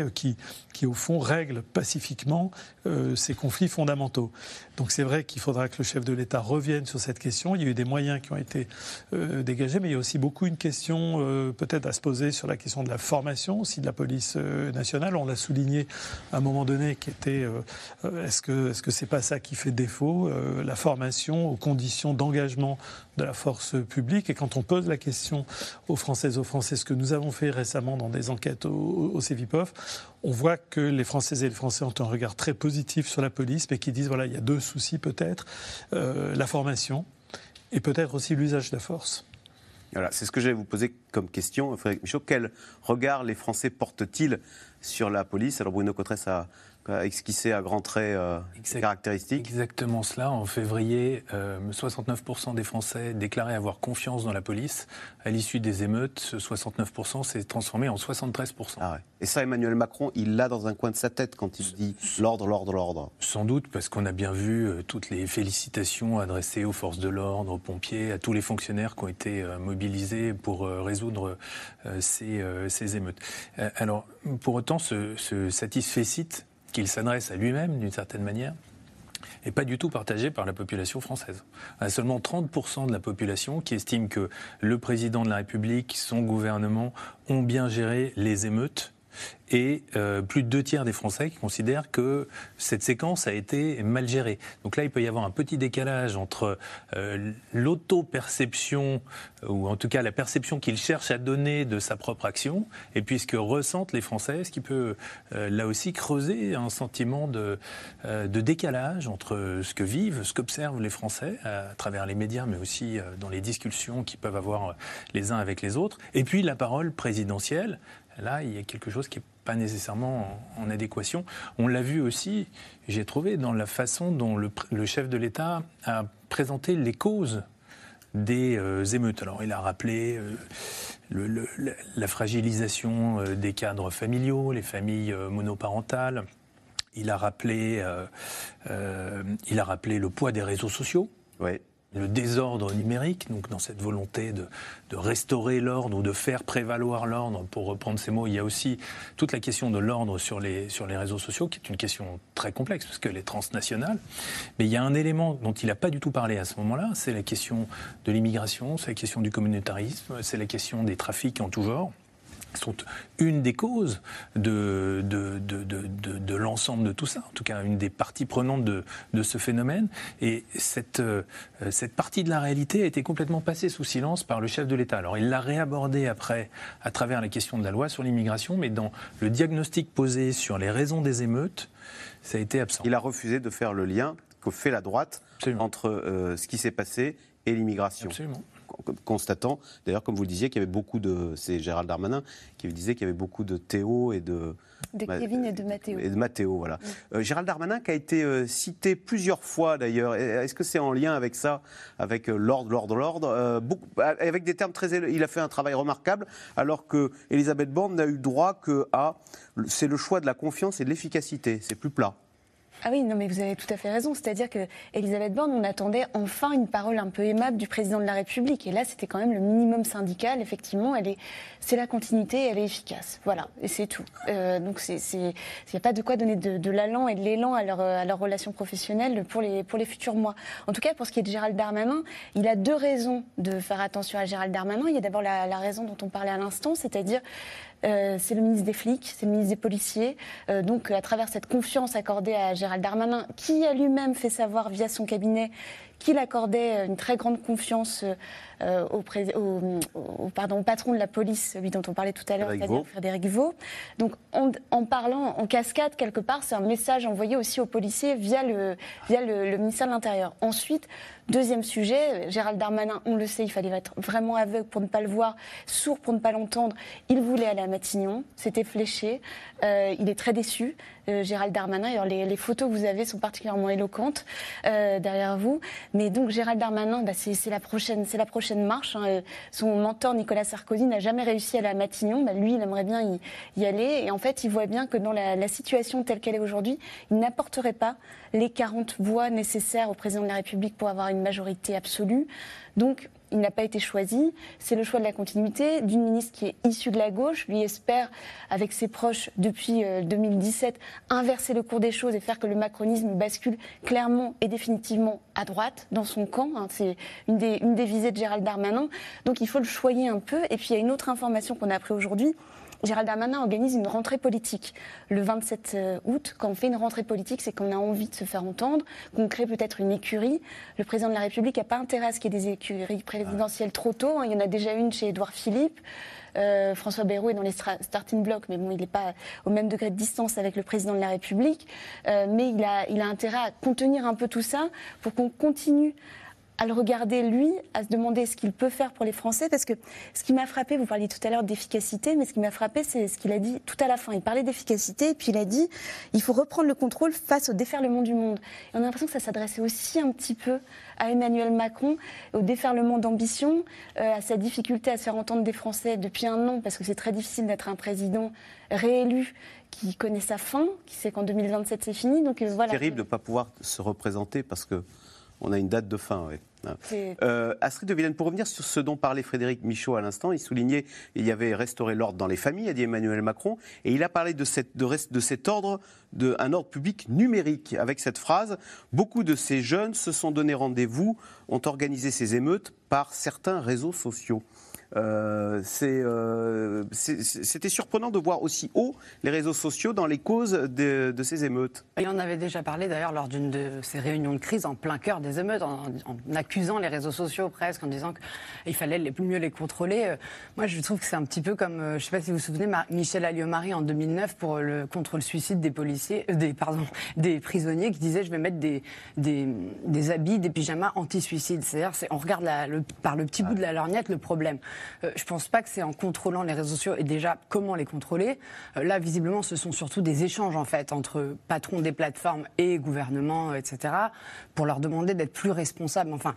qui au fond règle pacifiquement ces conflits fondamentaux. Donc c'est vrai qu'il faudra que le chef de l'État revienne sur cette question. Il y a eu des moyens qui ont été dégagés, mais il y a aussi beaucoup une question peut-être à se poser sur la question de la formation aussi de la police nationale. On l'a souligné à un moment donné, qui était est-ce que c'est pas ça qui fait défaut, la formation aux conditions d'engagement de la force publique. Et quand on pose la question aux Françaises, aux Français, ce que nous avons fait récemment dans des enquêtes au CEVIPOF, on voit que les Françaises et les Français ont un regard très positif sur la police, mais qui disent voilà, il y a deux soucis peut-être, la formation et peut-être aussi l'usage de la force. Voilà, c'est ce que j'allais vous poser comme question, Frédéric Michaud. Quel regard les Français portent-ils sur la police? Alors Bruno Cotresse a esquissé à grands traits caractéristiques. Exactement cela. En février, 69% des Français déclaraient avoir confiance dans la police. À l'issue des émeutes, ce 69% s'est transformé en 73%. Ah ouais. Et ça, Emmanuel Macron, il l'a dans un coin de sa tête quand il dit l'ordre, l'ordre, l'ordre. Sans doute, parce qu'on a bien vu toutes les félicitations adressées aux forces de l'ordre, aux pompiers, à tous les fonctionnaires qui ont été mobilisés pour résoudre ces émeutes. Alors, pour autant, ce satisfecit qu'il s'adresse à lui-même, d'une certaine manière, n'est pas du tout partagé par la population française. Il y a seulement 30% de la population qui estime que le président de la République, son gouvernement, ont bien géré les émeutes. Et plus de 2 tiers des Français qui considèrent que cette séquence a été mal gérée. Donc là, il peut y avoir un petit décalage entre l'auto-perception, ou en tout cas la perception qu'il cherche à donner de sa propre action, et puis ce que ressentent les Français, ce qui peut là aussi creuser un sentiment de décalage entre ce que vivent, ce qu'observent les Français à travers les médias, mais aussi dans les discussions qu'ils peuvent avoir les uns avec les autres, et puis la parole présidentielle. Là, il y a quelque chose qui n'est pas nécessairement en adéquation. On l'a vu aussi, j'ai trouvé, dans la façon dont le chef de l'État a présenté les causes des émeutes. Alors, il a rappelé la fragilisation des cadres familiaux, les familles monoparentales. Il a rappelé le poids des réseaux sociaux. Oui. Le désordre numérique, donc dans cette volonté de restaurer l'ordre ou de faire prévaloir l'ordre, pour reprendre ces mots, il y a aussi toute la question de l'ordre sur les réseaux sociaux, qui est une question très complexe, parce qu'elle est transnationale. Mais il y a un élément dont il n'a pas du tout parlé à ce moment-là, c'est la question de l'immigration, c'est la question du communautarisme, c'est la question des trafics en tout genre. Sont une des causes de l'ensemble de tout ça, en tout cas une des parties prenantes de ce phénomène. Et cette partie de la réalité a été complètement passée sous silence par le chef de l'État. Alors il l'a réabordée après à travers la question de la loi sur l'immigration, mais dans le diagnostic posé sur les raisons des émeutes, ça a été absent. Il a refusé de faire le lien que fait la droite entre ce qui s'est passé et l'immigration. Absolument. Constatant, d'ailleurs, comme vous le disiez, qu'il y avait beaucoup de... C'est Gérald Darmanin qui disait qu'il y avait beaucoup de Théo et de... De Kevin et de Mathéo. Et de Mathéo, voilà. Gérald Darmanin qui a été cité plusieurs fois, d'ailleurs. Est-ce que c'est en lien avec ça, avec l'ordre avec des termes très... Il a fait un travail remarquable, alors que Elisabeth Borne n'a eu droit qu'à... C'est le choix de la confiance et de l'efficacité. C'est plus plat. Ah oui, non mais vous avez tout à fait raison. C'est-à-dire qu'Elisabeth Borne, on attendait enfin une parole un peu aimable du président de la République. Et là, c'était quand même le minimum syndical. Effectivement, c'est la continuité, elle est efficace. Voilà, et c'est tout. Donc il n'y a pas de quoi donner de l'allant et de l'élan à leur relation professionnelle pour les futurs mois. En tout cas, pour ce qui est de Gérald Darmanin, il a 2 raisons de faire attention à Gérald Darmanin. Il y a d'abord la raison dont on parlait à l'instant, c'est-à-dire c'est le ministre des flics, c'est le ministre des policiers. Donc, à travers cette confiance accordée à Gérald Darmanin, qui a lui-même fait savoir via son cabinet qu'il accordait une très grande confiance au patron de la police, celui dont on parlait tout à l'heure, c'est-à-dire Frédéric Vaux. Donc, en parlant en cascade, quelque part, c'est un message envoyé aussi aux policiers via le ministère de l'Intérieur. Ensuite, deuxième sujet, Gérald Darmanin, on le sait, il fallait être vraiment aveugle pour ne pas le voir, sourd pour ne pas l'entendre. Il voulait aller à Matignon, c'était fléché. Il est très déçu, Gérald Darmanin. Alors, les photos que vous avez sont particulièrement éloquentes derrière vous. Mais donc, Gérald Darmanin, c'est la prochaine marche. Son mentor, Nicolas Sarkozy, n'a jamais réussi à aller à Matignon. Lui, il aimerait bien y aller. Et en fait, il voit bien que dans la situation telle qu'elle est aujourd'hui, il n'apporterait pas les 40 voix nécessaires au président de la République pour avoir une majorité absolue. Donc, il n'a pas été choisi. C'est le choix de la continuité d'une ministre qui est issue de la gauche. Lui espère, avec ses proches, depuis 2017, inverser le cours des choses et faire que le macronisme bascule clairement et définitivement à droite, dans son camp. C'est une des visées de Gérald Darmanin. Donc il faut le choyer un peu. Et puis il y a une autre information qu'on a appris aujourd'hui. Gérald Darmanin organise une rentrée politique le 27 août. Quand on fait une rentrée politique, c'est qu'on a envie de se faire entendre, qu'on crée peut-être une écurie. Le président de la République n'a pas intérêt à ce qu'il y ait des écuries présidentielles trop tôt. Il y en a déjà une chez Édouard Philippe. François Bayrou est dans les starting blocks, mais bon, il n'est pas au même degré de distance avec le président de la République. Mais il a intérêt à contenir un peu tout ça pour qu'on continue à le regarder, lui, à se demander ce qu'il peut faire pour les Français. Parce que ce qui m'a frappé, vous parliez tout à l'heure d'efficacité, mais ce qui m'a frappé, c'est ce qu'il a dit tout à la fin. Il parlait d'efficacité, et puis il a dit il faut reprendre le contrôle face au déferlement du monde. Et on a l'impression que ça s'adressait aussi un petit peu à Emmanuel Macron, au déferlement d'ambition, à sa difficulté à se faire entendre des Français depuis un an, parce que c'est très difficile d'être un président réélu qui connaît sa fin, qui sait qu'en 2027 c'est fini. Donc, voilà. C'est terrible de ne pas pouvoir se représenter parce que on a une date de fin, oui. Astrid de Villene, pour revenir sur ce dont parlait Frédéric Michaud à l'instant, il soulignait qu'il y avait restauré l'ordre dans les familles, a dit Emmanuel Macron, et il a parlé de cet ordre, un ordre public numérique, avec cette phrase « Beaucoup de ces jeunes se sont donné rendez-vous, ont organisé ces émeutes par certains réseaux sociaux ». C'était surprenant de voir aussi haut les réseaux sociaux dans les causes de ces émeutes. Il en avait déjà parlé d'ailleurs lors d'une de ces réunions de crise en plein cœur des émeutes, en accusant les réseaux sociaux presque, en disant qu'il fallait mieux les contrôler. Moi je trouve que c'est un petit peu comme, je ne sais pas si vous vous souvenez, Michel Alliot-Marie en 2009 contre le suicide des prisonniers qui disaient je vais mettre des habits, des pyjamas anti-suicide. C'est-à-dire on regarde par le petit bout de la lorgnette le problème. Je ne pense pas que c'est en contrôlant les réseaux sociaux et déjà comment les contrôler. Là, visiblement, ce sont surtout des échanges en fait entre patrons des plateformes et gouvernements, etc., pour leur demander d'être plus responsables. Enfin,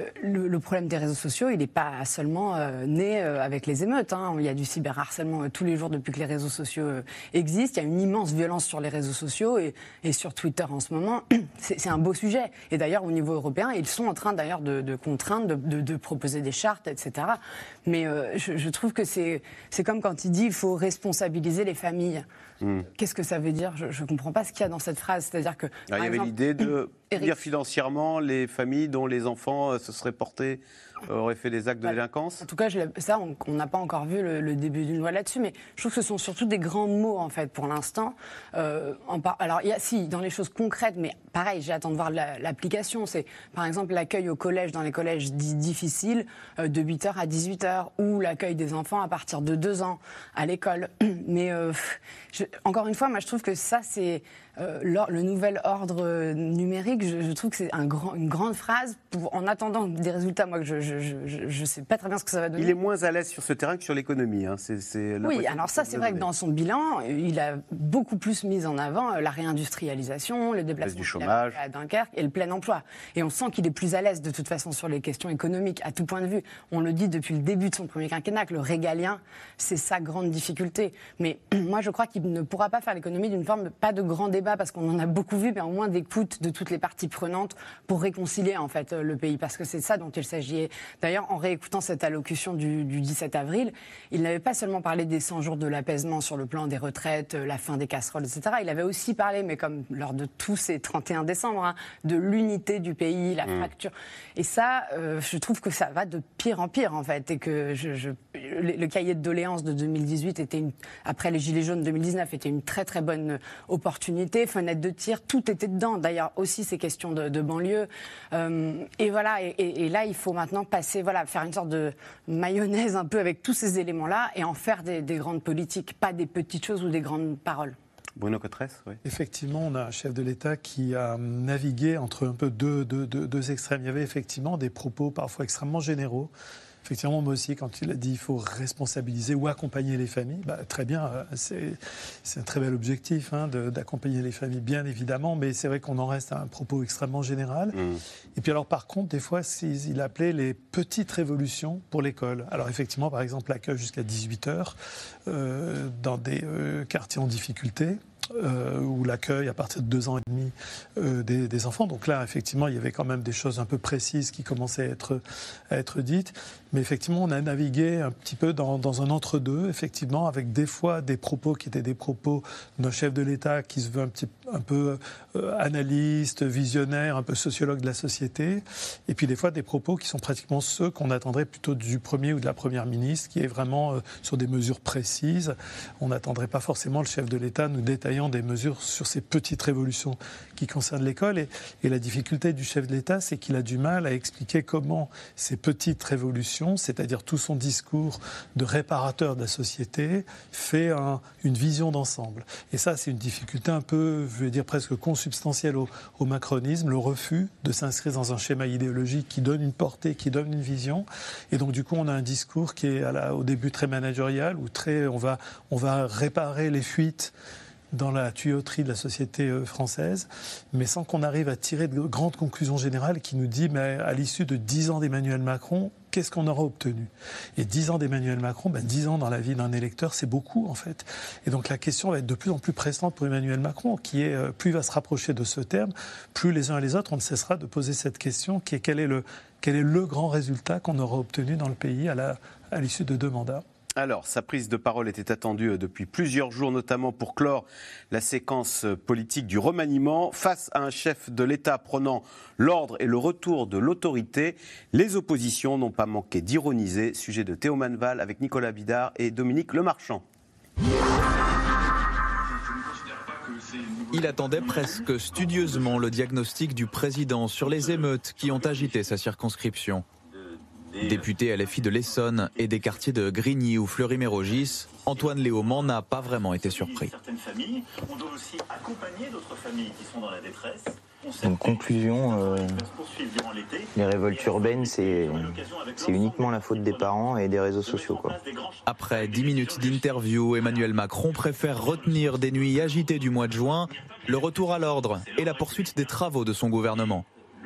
le problème des réseaux sociaux, il n'est pas seulement né avec les émeutes. Il y a du cyberharcèlement tous les jours depuis que les réseaux sociaux existent. Il y a une immense violence sur les réseaux sociaux et sur Twitter en ce moment. C'est un beau sujet. Et d'ailleurs, au niveau européen, ils sont en train d'ailleurs de contraindre, de proposer des chartes, etc. Mais je trouve que c'est comme quand il dit il faut responsabiliser les familles. Qu'est-ce que ça veut dire ? Je ne comprends pas ce qu'il y a dans cette phrase. C'est-à-dire que, il y avait l'idée de punir financièrement les familles dont les enfants se seraient portés, auraient fait des actes de délinquance. En tout cas, ça, on n'a pas encore vu le début d'une loi là-dessus, mais je trouve que ce sont surtout des grands mots, en fait, pour l'instant. Alors, il y a, dans les choses concrètes, mais pareil, j'attends de voir l'application. C'est, par exemple, l'accueil au collège, dans les collèges dits difficiles, de 8h à 18h, ou l'accueil des enfants à partir de 2 ans à l'école. Mais, encore une fois, moi, je trouve que ça, c'est le nouvel ordre numérique. Je trouve que c'est une grande phrase en attendant des résultats. Moi, je ne sais pas très bien ce que ça va donner. Il est moins à l'aise sur ce terrain que sur l'économie. Oui, alors ça, c'est vrai que dans son bilan, il a beaucoup plus mis en avant la réindustrialisation, le déplacement du chômage à Dunkerque et le plein emploi. Et on sent qu'il est plus à l'aise de toute façon sur les questions économiques, à tout point de vue. On le dit depuis le début de son premier quinquennat, que le régalien, c'est sa grande difficulté. Mais moi, je crois qu'il ne pourra pas faire l'économie d'une forme, pas de grand débat, parce qu'on en a beaucoup vu, mais au moins d'écoute de toutes les parties prenantes pour réconcilier en fait le pays, parce que c'est ça dont il s'agit. D'ailleurs, en réécoutant cette allocution du 17 avril, il n'avait pas seulement parlé des 100 jours de l'apaisement sur le plan des retraites, la fin des casseroles, etc. Il avait aussi parlé, mais comme lors de tous ces 31 décembre, de l'unité du pays, la fracture. Et ça, je trouve que ça va de pire en pire en fait, et que le cahier de doléances de 2018 après les Gilets jaunes 2019 était une très très bonne opportunité, fenêtre de tir, tout était dedans. D'ailleurs aussi ces questions de banlieue. Et voilà, et là il faut maintenant passer, faire une sorte de mayonnaise un peu avec tous ces éléments-là et en faire des grandes politiques, pas des petites choses ou des grandes paroles. Bruno Cotresse, oui. Effectivement, on a un chef de l'État qui a navigué entre un peu deux extrêmes. Il y avait effectivement des propos parfois extrêmement généraux. Effectivement, moi aussi, quand il a dit qu'il faut responsabiliser ou accompagner les familles, très bien, c'est un très bel objectif d'accompagner les familles, bien évidemment, mais c'est vrai qu'on en reste à un propos extrêmement général. Et puis alors, par contre, des fois, il appelait les petites révolutions pour l'école. Alors effectivement, par exemple, l'accueil jusqu'à 18h dans des quartiers en difficulté. ou l'accueil à partir de 2 ans et demi des enfants. Donc là, effectivement, il y avait quand même des choses un peu précises qui commençaient à être dites. Mais effectivement, on a navigué un petit peu dans un entre-deux, effectivement, avec des fois des propos qui étaient des propos d'un chef de l'État qui se veut un peu analyste, visionnaire, un peu sociologue de la société. Et puis des fois des propos qui sont pratiquement ceux qu'on attendrait plutôt du Premier ou de la Première ministre, qui est vraiment sur des mesures précises. On n'attendrait pas forcément le chef de l'État nous détaillant des mesures sur ces petites révolutions qui concernent l'école. Et la difficulté du chef de l'État, c'est qu'il a du mal à expliquer comment ces petites révolutions, c'est-à-dire tout son discours de réparateur de la société, fait une vision d'ensemble. Et ça, c'est une difficulté un peu, je vais dire presque consubstantielle au macronisme, le refus de s'inscrire dans un schéma idéologique qui donne une portée, qui donne une vision. Et donc, du coup, on a un discours qui est au début très managérial, où on va réparer les fuites dans la tuyauterie de la société française, mais sans qu'on arrive à tirer de grandes conclusions générales qui nous disent, mais à l'issue de 10 ans d'Emmanuel Macron, qu'est-ce qu'on aura obtenu ? Et 10 ans d'Emmanuel Macron, 10 ans dans la vie d'un électeur, c'est beaucoup en fait. Et donc la question va être de plus en plus pressante pour Emmanuel Macron, qui est, plus il va se rapprocher de ce terme, plus les uns et les autres, on ne cessera de poser cette question, qui est quel est le grand résultat qu'on aura obtenu dans le pays à l'issue de 2 mandats ? Alors, sa prise de parole était attendue depuis plusieurs jours, notamment pour clore la séquence politique du remaniement. Face à un chef de l'État prônant l'ordre et le retour de l'autorité, les oppositions n'ont pas manqué d'ironiser. Sujet de Théo Manval avec Nicolas Bidard et Dominique Lemarchand. Il attendait presque studieusement le diagnostic du président sur les émeutes qui ont agité sa circonscription. Député LFI de l'Essonne et des quartiers de Grigny ou Fleury-Mérogis, Antoine Léaumont n'a pas vraiment été surpris. En conclusion, les révoltes urbaines, c'est uniquement la faute des parents et des réseaux sociaux, quoi. Après 10 minutes d'interview, Emmanuel Macron préfère retenir des nuits agitées du mois de juin, le retour à l'ordre et la poursuite des travaux de son gouvernement.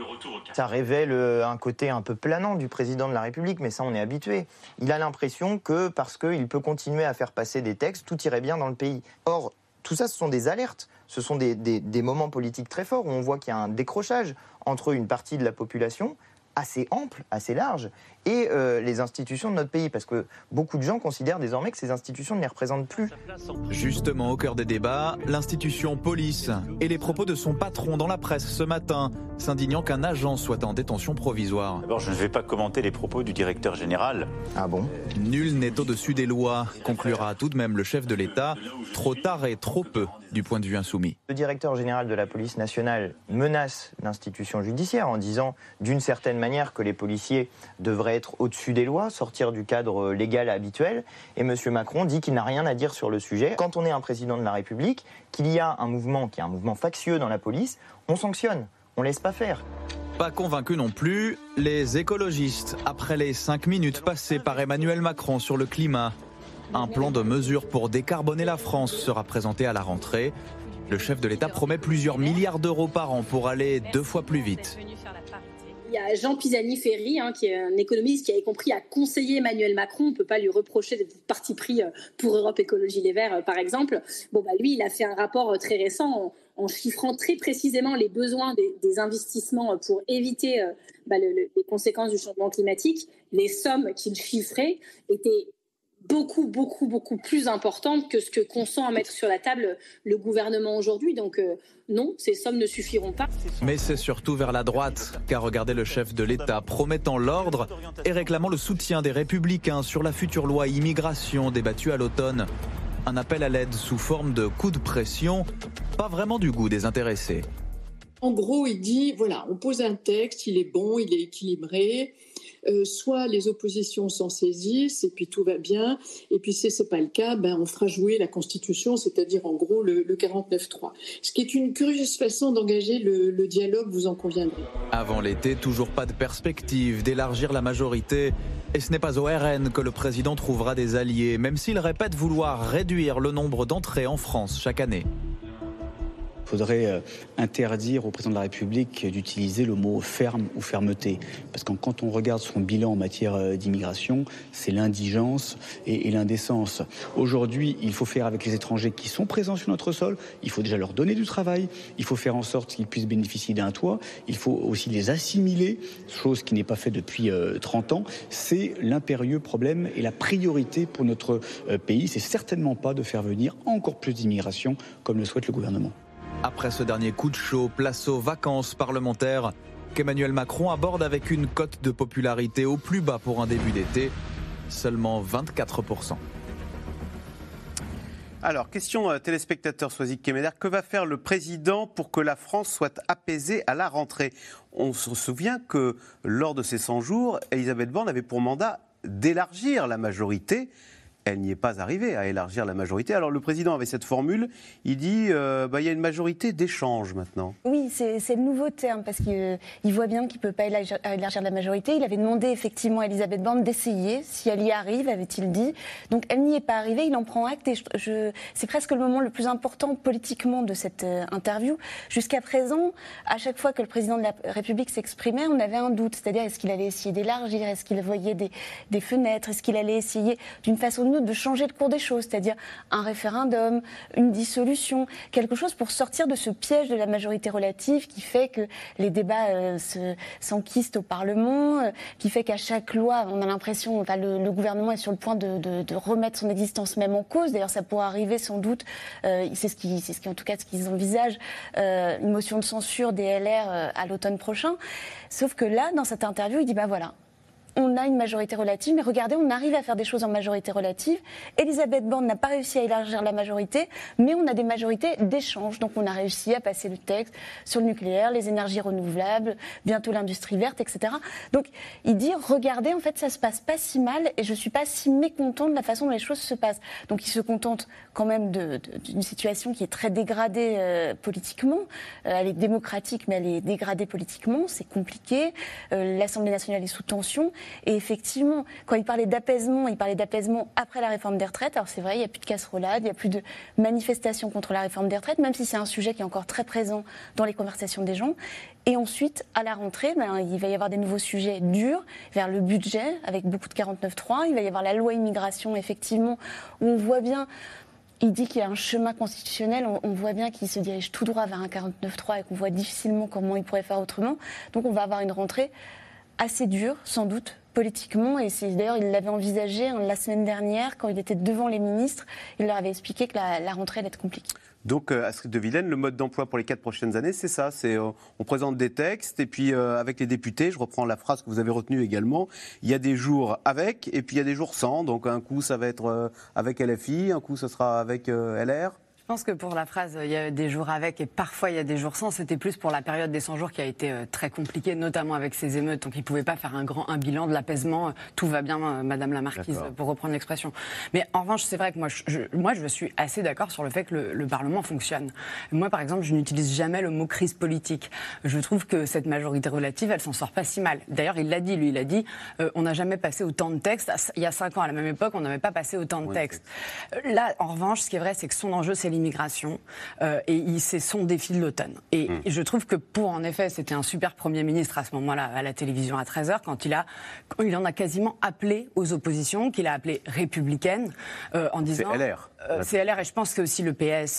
Ça révèle un côté un peu planant du président de la République, mais ça on est habitué. Il a l'impression que parce qu'il peut continuer à faire passer des textes, tout irait bien dans le pays. Or, tout ça, ce sont des alertes, ce sont des moments politiques très forts où on voit qu'il y a un décrochage entre une partie de la population assez ample, assez large, et les institutions de notre pays, parce que beaucoup de gens considèrent désormais que ces institutions ne les représentent plus. Justement, au cœur des débats, l'institution police et les propos de son patron dans la presse ce matin, s'indignant qu'un agent soit en détention provisoire. D'abord, je ne vais pas commenter les propos du directeur général. Ah bon ? Nul n'est au-dessus des lois, conclura tout de même le chef de l'État, trop tard et trop peu du point de vue insoumis. Le directeur général de la police nationale menace l'institution judiciaire en disant d'une certaine manière que les policiers devraient être au-dessus des lois, sortir du cadre légal habituel. Et M. Macron dit qu'il n'a rien à dire sur le sujet. Quand on est un président de la République, qu'il y a un mouvement qui est un mouvement factieux dans la police, on sanctionne, on laisse pas faire. Pas convaincus non plus, les écologistes, après les 5 minutes passées par Emmanuel Macron sur le climat. Un plan de mesures pour décarboner la France sera présenté à la rentrée. Le chef de l'État promet plusieurs milliards d'euros par an pour aller 2 fois plus vite. Il y a Jean Pisani-Ferry, qui est un économiste qui avait compris à conseiller Emmanuel Macron. On ne peut pas lui reprocher d'être parti pris pour Europe Écologie Les Verts, par exemple. Lui, il a fait un rapport très récent en chiffrant très précisément les besoins des investissements pour éviter les conséquences du changement climatique. Les sommes qu'il chiffrait étaient beaucoup plus importantes que ce que consent à mettre sur la table le gouvernement aujourd'hui. Donc non, ces sommes ne suffiront pas. Mais c'est surtout vers la droite qu'a regardé le chef de l'État, promettant l'ordre et réclamant le soutien des Républicains sur la future loi immigration débattue à l'automne. Un appel à l'aide sous forme de coup de pression, pas vraiment du goût des intéressés. En gros, il dit, voilà, on pose un texte, il est bon, il est équilibré, soit les oppositions s'en saisissent et puis tout va bien, et puis si ce n'est pas le cas, on fera jouer la Constitution, c'est-à-dire en gros le 49.3. Ce qui est une curieuse façon d'engager le dialogue, vous en conviendrez. Avant l'été, toujours pas de perspective d'élargir la majorité, et ce n'est pas au RN que le président trouvera des alliés, même s'il répète vouloir réduire le nombre d'entrées en France chaque année. Il faudrait interdire au président de la République d'utiliser le mot ferme ou fermeté. Parce que quand on regarde son bilan en matière d'immigration, c'est l'indigence et l'indécence. Aujourd'hui, il faut faire avec les étrangers qui sont présents sur notre sol. Il faut déjà leur donner du travail. Il faut faire en sorte qu'ils puissent bénéficier d'un toit. Il faut aussi les assimiler, chose qui n'est pas faite depuis 30 ans. C'est l'impérieux problème et la priorité pour notre pays. C'est certainement pas de faire venir encore plus d'immigration comme le souhaite le gouvernement. Après ce dernier coup de chaud, place aux vacances parlementaires qu'Emmanuel Macron aborde avec une cote de popularité au plus bas pour un début d'été, seulement 24%. Alors, question téléspectateur Soazic Keméder, que va faire le président pour que la France soit apaisée à la rentrée ? On se souvient que lors de ces 100 jours, Elisabeth Borne avait pour mandat d'élargir la majorité. Elle n'y est pas arrivée à élargir la majorité. Alors le président avait cette formule, il dit il y a une majorité d'échange maintenant. Oui, c'est le nouveau terme, parce qu'il voit bien qu'il ne peut pas élargir la majorité. Il avait demandé effectivement à Elisabeth Borne d'essayer, si elle y arrive, avait-il dit. Donc elle n'y est pas arrivée, il en prend acte, et c'est presque le moment le plus important politiquement de cette interview. Jusqu'à présent, à chaque fois que le président de la République s'exprimait, on avait un doute, c'est-à-dire est-ce qu'il allait essayer d'élargir, est-ce qu'il voyait des fenêtres, est-ce qu'il allait essayer d'une façon ou d'une autre de changer le cours des choses, c'est-à-dire un référendum, une dissolution, quelque chose pour sortir de ce piège de la majorité relative qui fait que les débats s'enquistent au Parlement, qui fait qu'à chaque loi, on a l'impression, le gouvernement est sur le point de remettre son existence même en cause. D'ailleurs, ça pourrait arriver sans doute, en tout cas ce qu'ils envisagent, une motion de censure des LR à l'automne prochain. Sauf que là, dans cette interview, il dit voilà. On a une majorité relative, mais regardez, on arrive à faire des choses en majorité relative. Elisabeth Borne n'a pas réussi à élargir la majorité, mais on a des majorités d'échange. Donc on a réussi à passer le texte sur le nucléaire, les énergies renouvelables, bientôt l'industrie verte, etc. Donc il dit, regardez, en fait, ça se passe pas si mal et je suis pas si mécontent de la façon dont les choses se passent. Donc il se contente quand même d'une situation qui est très dégradée politiquement. Elle est démocratique, mais elle est dégradée politiquement. C'est compliqué. L'Assemblée nationale est sous tension. Et effectivement, quand il parlait d'apaisement après la réforme des retraites. Alors c'est vrai, il n'y a plus de casserolade, il n'y a plus de manifestations contre la réforme des retraites, même si c'est un sujet qui est encore très présent dans les conversations des gens. Et ensuite, à la rentrée, il va y avoir des nouveaux sujets durs vers le budget, avec beaucoup de 49.3. Il va y avoir la loi immigration, effectivement, où on voit bien... Il dit qu'il y a un chemin constitutionnel, on voit bien qu'il se dirige tout droit vers un 49.3 et qu'on voit difficilement comment il pourrait faire autrement. Donc on va avoir une rentrée assez dur, sans doute, politiquement. Et d'ailleurs, il l'avait envisagé la semaine dernière, quand il était devant les ministres. Il leur avait expliqué que la rentrée allait être compliquée. Donc, Astrid de Villaine, le mode d'emploi pour les 4 prochaines années, c'est ça. On présente des textes, et puis avec les députés, je reprends la phrase que vous avez retenue également, il y a des jours avec, et puis il y a des jours sans. Donc, un coup, ça va être avec LFI, un coup, ce sera avec LR. Je pense que pour la phrase, il y a des jours avec et parfois il y a des jours sans, c'était plus pour la période des 100 jours qui a été très compliquée, notamment avec ces émeutes. Donc il ne pouvait pas faire un bilan de l'apaisement. Tout va bien, Madame la Marquise, pour reprendre l'expression. Mais en revanche, c'est vrai que moi, je suis assez d'accord sur le fait que le Parlement fonctionne. Moi, par exemple, je n'utilise jamais le mot crise politique. Je trouve que cette majorité relative, elle s'en sort pas si mal. D'ailleurs, il l'a dit, lui, on n'a jamais passé autant de textes. Il y a 5 ans, à la même époque, on n'avait pas passé autant de textes. Là, en revanche, ce qui est vrai, c'est que son enjeu, c'est l'immigration, et c'est son défi de l'automne. Et je trouve que en effet, c'était un super Premier ministre à ce moment-là, à la télévision à 13h, quand il en a quasiment appelé aux oppositions, qu'il a appelé républicaines, en disant... C'est LR. C'est LR, et je pense que aussi le PS,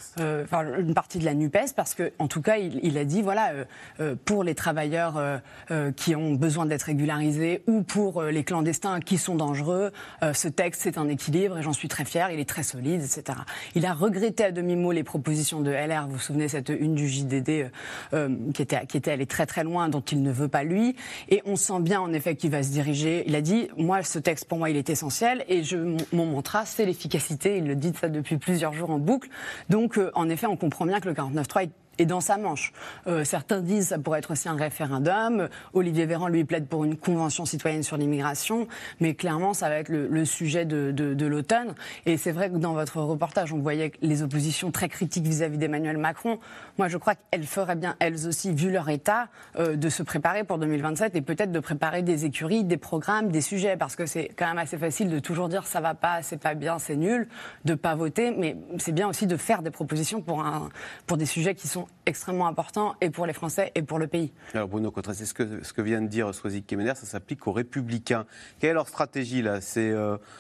une partie de la NUPES, parce que en tout cas, il a dit, pour les travailleurs qui ont besoin d'être régularisés, ou pour les clandestins qui sont dangereux, ce texte, c'est un équilibre, et j'en suis très fière, il est très solide, etc. Il a regretté à demi-mot les propositions de LR, vous vous souvenez, cette une du JDD qui était allée très très loin, dont il ne veut pas lui, et on sent bien en effet qu'il va se diriger. Il a dit, moi, ce texte, pour moi, il est essentiel, et mon mantra, c'est l'efficacité. Il le dit ça depuis plusieurs jours en boucle. Donc, en effet, on comprend bien que le 49.3 est dans sa manche. Certains disent que ça pourrait être aussi un référendum. Olivier Véran, lui, plaide pour une convention citoyenne sur l'immigration. Mais clairement, ça va être le sujet de l'automne. Et c'est vrai que dans votre reportage, on voyait les oppositions très critiques vis-à-vis d'Emmanuel Macron. Moi, je crois qu'elles feraient bien, elles aussi, vu leur état, de se préparer pour 2027 et peut-être de préparer des écuries, des programmes, des sujets. Parce que c'est quand même assez facile de toujours dire ça va pas, c'est pas bien, c'est nul, de pas voter. Mais c'est bien aussi de faire des propositions pour des sujets qui sont extrêmement importants et pour les Français et pour le pays. Alors Bruno Cotteret, c'est ce que vient de dire Soisy Kemener, ça s'applique aux Républicains. Quelle est leur stratégie là? C'est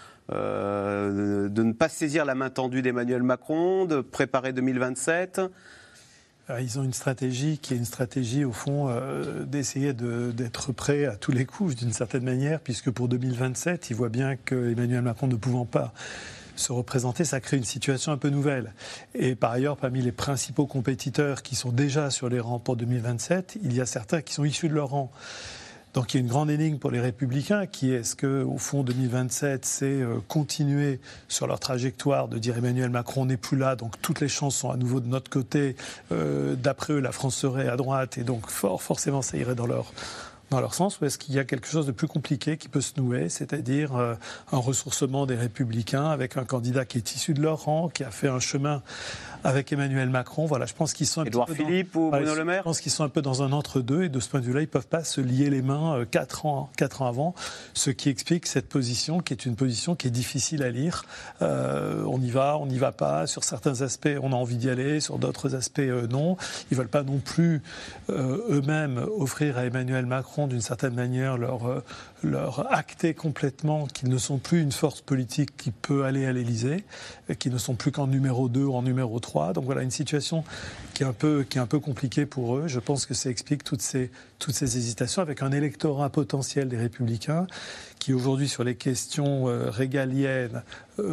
de ne pas saisir la main tendue d'Emmanuel Macron, de préparer 2027? Ils ont une stratégie qui est une stratégie, au fond, d'essayer d'être prêt à tous les coups, d'une certaine manière, puisque pour 2027, ils voient bien qu'Emmanuel Macron ne pouvant pas se représenter, ça crée une situation un peu nouvelle. Et par ailleurs, parmi les principaux compétiteurs qui sont déjà sur les rangs pour 2027, il y a certains qui sont issus de leur rang. Donc il y a une grande énigme pour les Républicains qui est, est-ce qu'au fond 2027 c'est continuer sur leur trajectoire de dire Emmanuel Macron n'est plus là, donc toutes les chances sont à nouveau de notre côté, d'après eux la France serait à droite et donc forcément ça irait dans leur sens, ou est-ce qu'il y a quelque chose de plus compliqué qui peut se nouer, c'est-à-dire un ressourcement des Républicains avec un candidat qui est issu de leur rang, qui a fait un chemin avec Emmanuel Macron. Voilà, je pense qu'ils sont Édouard Philippe ou Bruno Le Maire. Je pense qu'ils sont un peu dans un entre-deux et de ce point de vue-là, ils ne peuvent pas se lier les mains 4 ans avant, ce qui explique cette position qui est une position qui est difficile à lire. On y va pas. Sur certains aspects, on a envie d'y aller. Sur d'autres aspects, non. Ils ne veulent pas non plus eux-mêmes offrir à Emmanuel Macron, d'une certaine manière, leur acter complètement qu'ils ne sont plus une force politique qui peut aller à l'Élysée, qu'ils ne sont plus qu'en numéro 2 ou en numéro 3. Donc voilà, une situation qui est un peu compliquée pour eux. Je pense que ça explique toutes ces hésitations avec un électorat potentiel des Républicains qui aujourd'hui sur les questions régaliennes,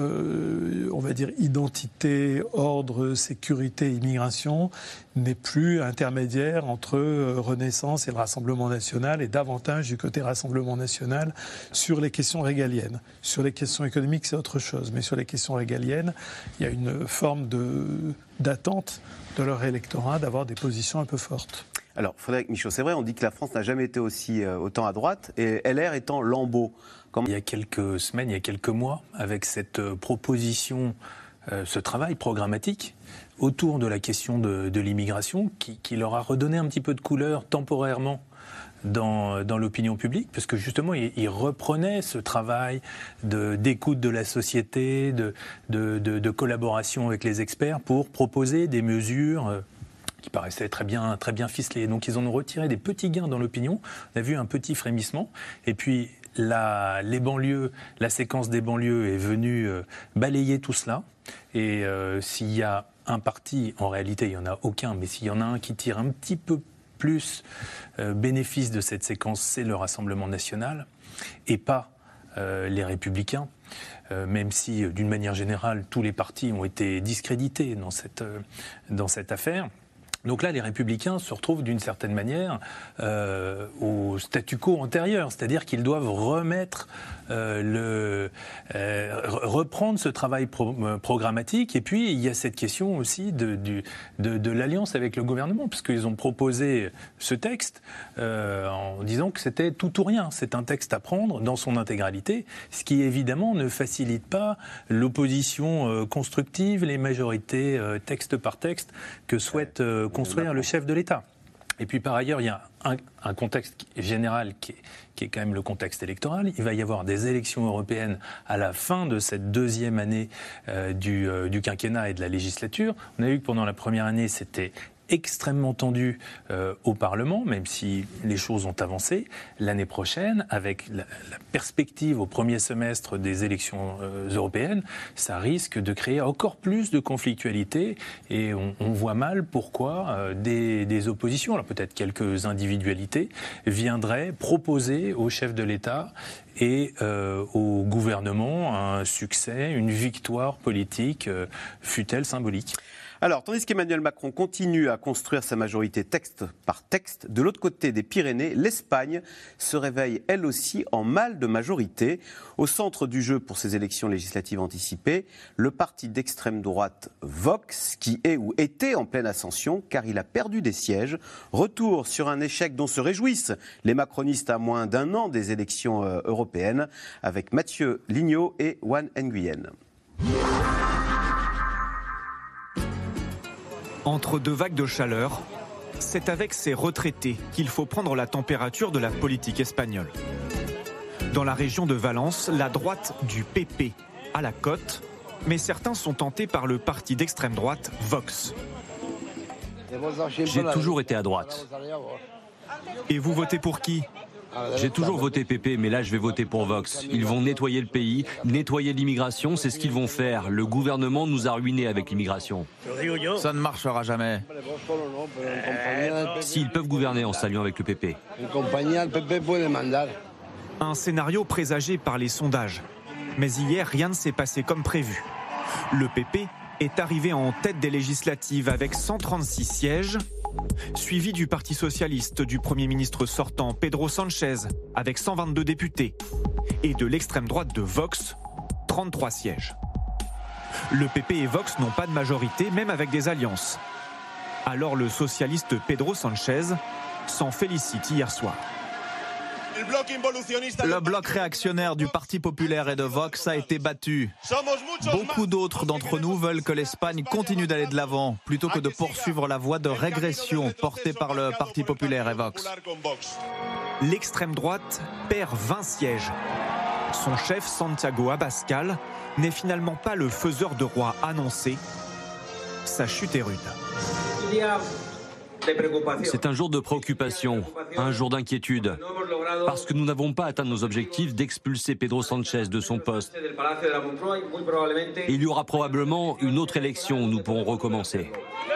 on va dire identité, ordre, sécurité, immigration, n'est plus intermédiaire entre Renaissance et le Rassemblement national et davantage du côté Rassemblement national sur les questions régaliennes. Sur les questions économiques, c'est autre chose, mais sur les questions régaliennes, il y a une forme d'attente de leur électorat d'avoir des positions un peu fortes. Alors, Frédéric Michaud, c'est vrai, on dit que la France n'a jamais été autant à droite, et LR étant lambeau. Il y a quelques semaines, il y a quelques mois, avec cette proposition, ce travail programmatique autour de la question de l'immigration, qui leur a redonné un petit peu de couleur temporairement dans l'opinion publique, parce que justement, ils reprenaient ce travail d'écoute de la société, de collaboration avec les experts pour proposer des mesures qui paraissaient très bien ficelées. Donc ils en ont retiré des petits gains dans l'opinion. On a vu un petit frémissement. Et puis les banlieues, la séquence des banlieues est venue balayer tout cela. Et s'il y a un parti, en réalité il n'y en a aucun, mais s'il y en a un qui tire un petit peu plus bénéfice de cette séquence, c'est le Rassemblement national et pas les Républicains. Même si, d'une manière générale, tous les partis ont été discrédités dans cette affaire. Donc là, les Républicains se retrouvent d'une certaine manière au statu quo antérieur, c'est-à-dire qu'ils doivent reprendre ce travail programmatique. Et puis, il y a cette question aussi de l'alliance avec le gouvernement, puisqu'ils ont proposé ce texte en disant que c'était tout ou rien. C'est un texte à prendre dans son intégralité, ce qui évidemment ne facilite pas l'opposition constructive, les majorités texte par texte que souhaite construire le chef de l'État. Et puis par ailleurs, il y a un contexte général qui est quand même le contexte électoral. Il va y avoir des élections européennes à la fin de cette deuxième année du quinquennat et de la législature. On a vu que pendant la première année, c'était extrêmement tendu au Parlement, même si les choses ont avancé. L'année prochaine, avec la perspective au premier semestre des élections européennes, ça risque de créer encore plus de conflictualité et on voit mal pourquoi des oppositions, alors peut-être quelques individualités, viendraient proposer au chef de l'État et au gouvernement un succès, une victoire politique, fût-elle symbolique. Alors, tandis qu'Emmanuel Macron continue à construire sa majorité texte par texte, de l'autre côté des Pyrénées, l'Espagne se réveille elle aussi en mal de majorité. Au centre du jeu pour ces élections législatives anticipées, le parti d'extrême droite Vox, qui est ou était en pleine ascension car il a perdu des sièges. Retour sur un échec dont se réjouissent les macronistes à moins d'un an des élections européennes, avec Mathieu Lignot et Juan Nguyen. Entre deux vagues de chaleur, c'est avec ces retraités qu'il faut prendre la température de la politique espagnole. Dans la région de Valence, la droite du PP a la cote, mais certains sont tentés par le parti d'extrême droite Vox. J'ai toujours été à droite. Et vous votez pour qui ? J'ai toujours voté PP, mais là je vais voter pour Vox. Ils vont nettoyer le pays, nettoyer l'immigration, c'est ce qu'ils vont faire. Le gouvernement nous a ruinés avec l'immigration. Ça ne marchera jamais. S'ils peuvent gouverner en s'alliant avec le PP. Un scénario présagé par les sondages. Mais hier, rien ne s'est passé comme prévu. Le PP est arrivé en tête des législatives avec 136 sièges, suivi du Parti socialiste du Premier ministre sortant Pedro Sánchez avec 122 députés et de l'extrême droite de Vox, 33 sièges. Le PP et Vox n'ont pas de majorité, même avec des alliances. Alors le socialiste Pedro Sánchez s'en félicite hier soir. Le bloc réactionnaire du Parti populaire et de Vox a été battu. Beaucoup d'autres d'entre nous veulent que l'Espagne continue d'aller de l'avant, plutôt que de poursuivre la voie de régression portée par le Parti populaire et Vox. L'extrême droite perd 20 sièges. Son chef, Santiago Abascal, n'est finalement pas le faiseur de roi annoncé. Sa chute est rude. C'est un jour de préoccupation, un jour d'inquiétude, parce que nous n'avons pas atteint nos objectifs d'expulser Pedro Sánchez de son poste. Et il y aura probablement une autre élection où nous pourrons recommencer.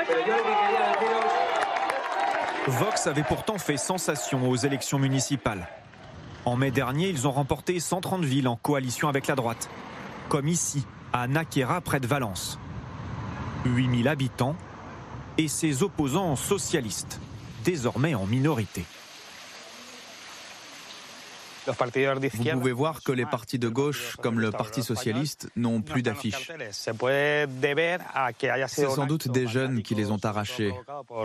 Vox avait pourtant fait sensation aux élections municipales. En mai dernier, ils ont remporté 130 villes en coalition avec la droite, comme ici, à Náquera, près de Valence. 8000 habitants et ses opposants socialistes, désormais en minorité. Vous pouvez voir que les partis de gauche, comme le Parti socialiste, n'ont plus d'affiches. C'est sans doute des jeunes qui les ont arrachés.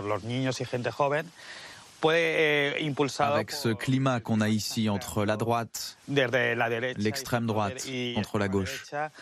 Avec ce climat qu'on a ici entre la droite, l'extrême droite, contre la gauche.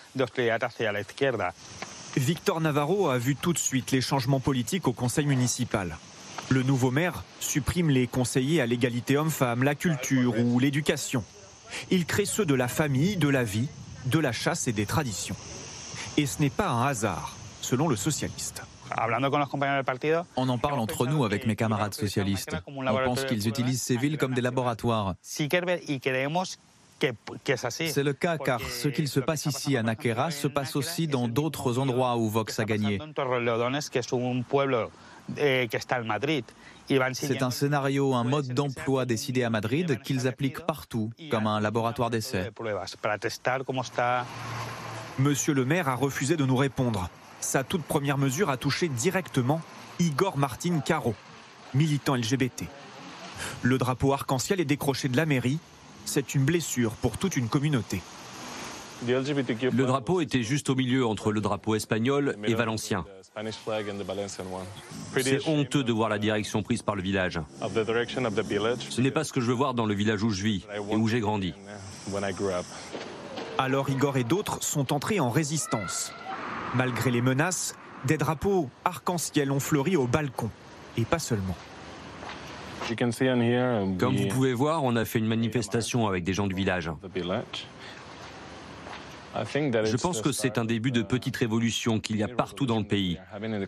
Victor Navarro a vu tout de suite les changements politiques au conseil municipal. Le nouveau maire supprime les conseillers à l'égalité homme-femme, la culture ou l'éducation. Il crée ceux de la famille, de la vie, de la chasse et des traditions. Et ce n'est pas un hasard, selon le socialiste. On en parle entre nous avec mes camarades socialistes. On pense qu'ils utilisent ces villes comme des laboratoires. C'est le cas car ce qu'il se passe ici à Náquera se passe aussi dans d'autres endroits où Vox a gagné. C'est un scénario, un mode d'emploi décidé à Madrid qu'ils appliquent partout, comme un laboratoire d'essai. Monsieur le maire a refusé de nous répondre. Sa toute première mesure a touché directement Igor Martín Caro, militant LGBT. Le drapeau arc-en-ciel est décroché de la mairie. C'est une blessure pour toute une communauté. Le drapeau était juste au milieu entre le drapeau espagnol et valencien. C'est honteux de voir la direction prise par le village. Ce n'est pas ce que je veux voir dans le village où je vis et où j'ai grandi. Alors Igor et d'autres sont entrés en résistance. Malgré les menaces, des drapeaux arc-en-ciel ont fleuri au balcon. Et pas seulement. Comme vous pouvez voir, on a fait une manifestation avec des gens du village. Je pense que c'est un début de petite révolution qu'il y a partout dans le pays.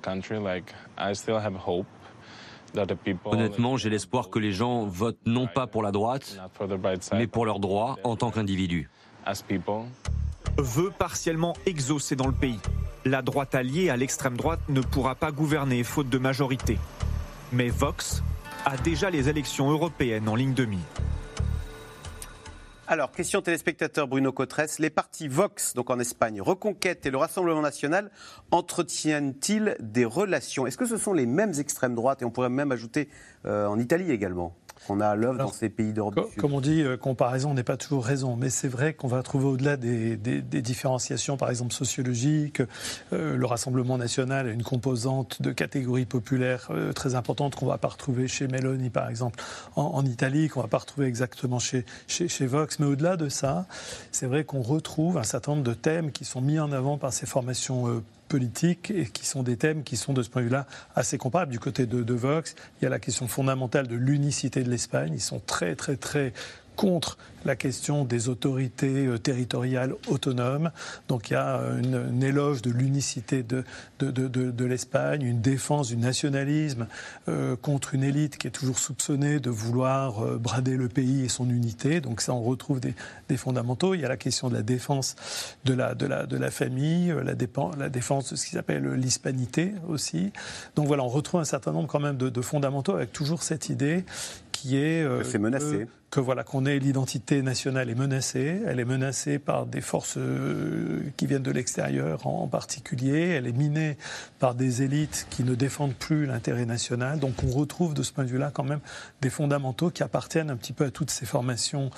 Honnêtement, j'ai l'espoir que les gens votent non pas pour la droite, mais pour leurs droits en tant qu'individus. Vœu partiellement exaucé dans le pays. La droite alliée à l'extrême droite ne pourra pas gouverner faute de majorité. Mais Vox a déjà les élections européennes en ligne de mire. Alors, question téléspectateur Bruno Cotresse. Les partis Vox, donc en Espagne, Reconquête et le Rassemblement national entretiennent-ils des relations? Est-ce que ce sont les mêmes extrêmes droites? Et on pourrait même ajouter en Italie également. On a à l'œuvre dans ces pays d'Europe du Sud. Comme on dit, comparaison n'est pas toujours raison. Mais c'est vrai qu'on va trouver au-delà des différenciations, par exemple sociologiques, le Rassemblement national a une composante de catégorie populaire très importante qu'on ne va pas retrouver chez Meloni, par exemple, en Italie, qu'on ne va pas retrouver exactement chez Vox. Mais au-delà de ça, c'est vrai qu'on retrouve un certain nombre de thèmes qui sont mis en avant par ces formations politiques et qui sont des thèmes qui sont de ce point de vue-là assez comparables. Du côté de Vox, il y a la question fondamentale de l'unicité de l'Espagne. Ils sont très contre la question des autorités territoriales autonomes. Donc il y a un éloge de l'unicité de l'Espagne, une défense du nationalisme contre une élite qui est toujours soupçonnée de vouloir brader le pays et son unité. Donc ça, on retrouve des fondamentaux. Il y a la question de la défense de la famille, la défense de ce qu'ils appellent l'hispanité aussi. Donc voilà, on retrouve un certain nombre quand même de fondamentaux avec toujours cette idée qui est c'est menacé. Qu'on ait l'identité nationale est menacée. Elle est menacée par des forces qui viennent de l'extérieur en particulier. Elle est minée par des élites qui ne défendent plus l'intérêt national. Donc on retrouve de ce point de vue-là quand même des fondamentaux qui appartiennent un petit peu à toutes ces formations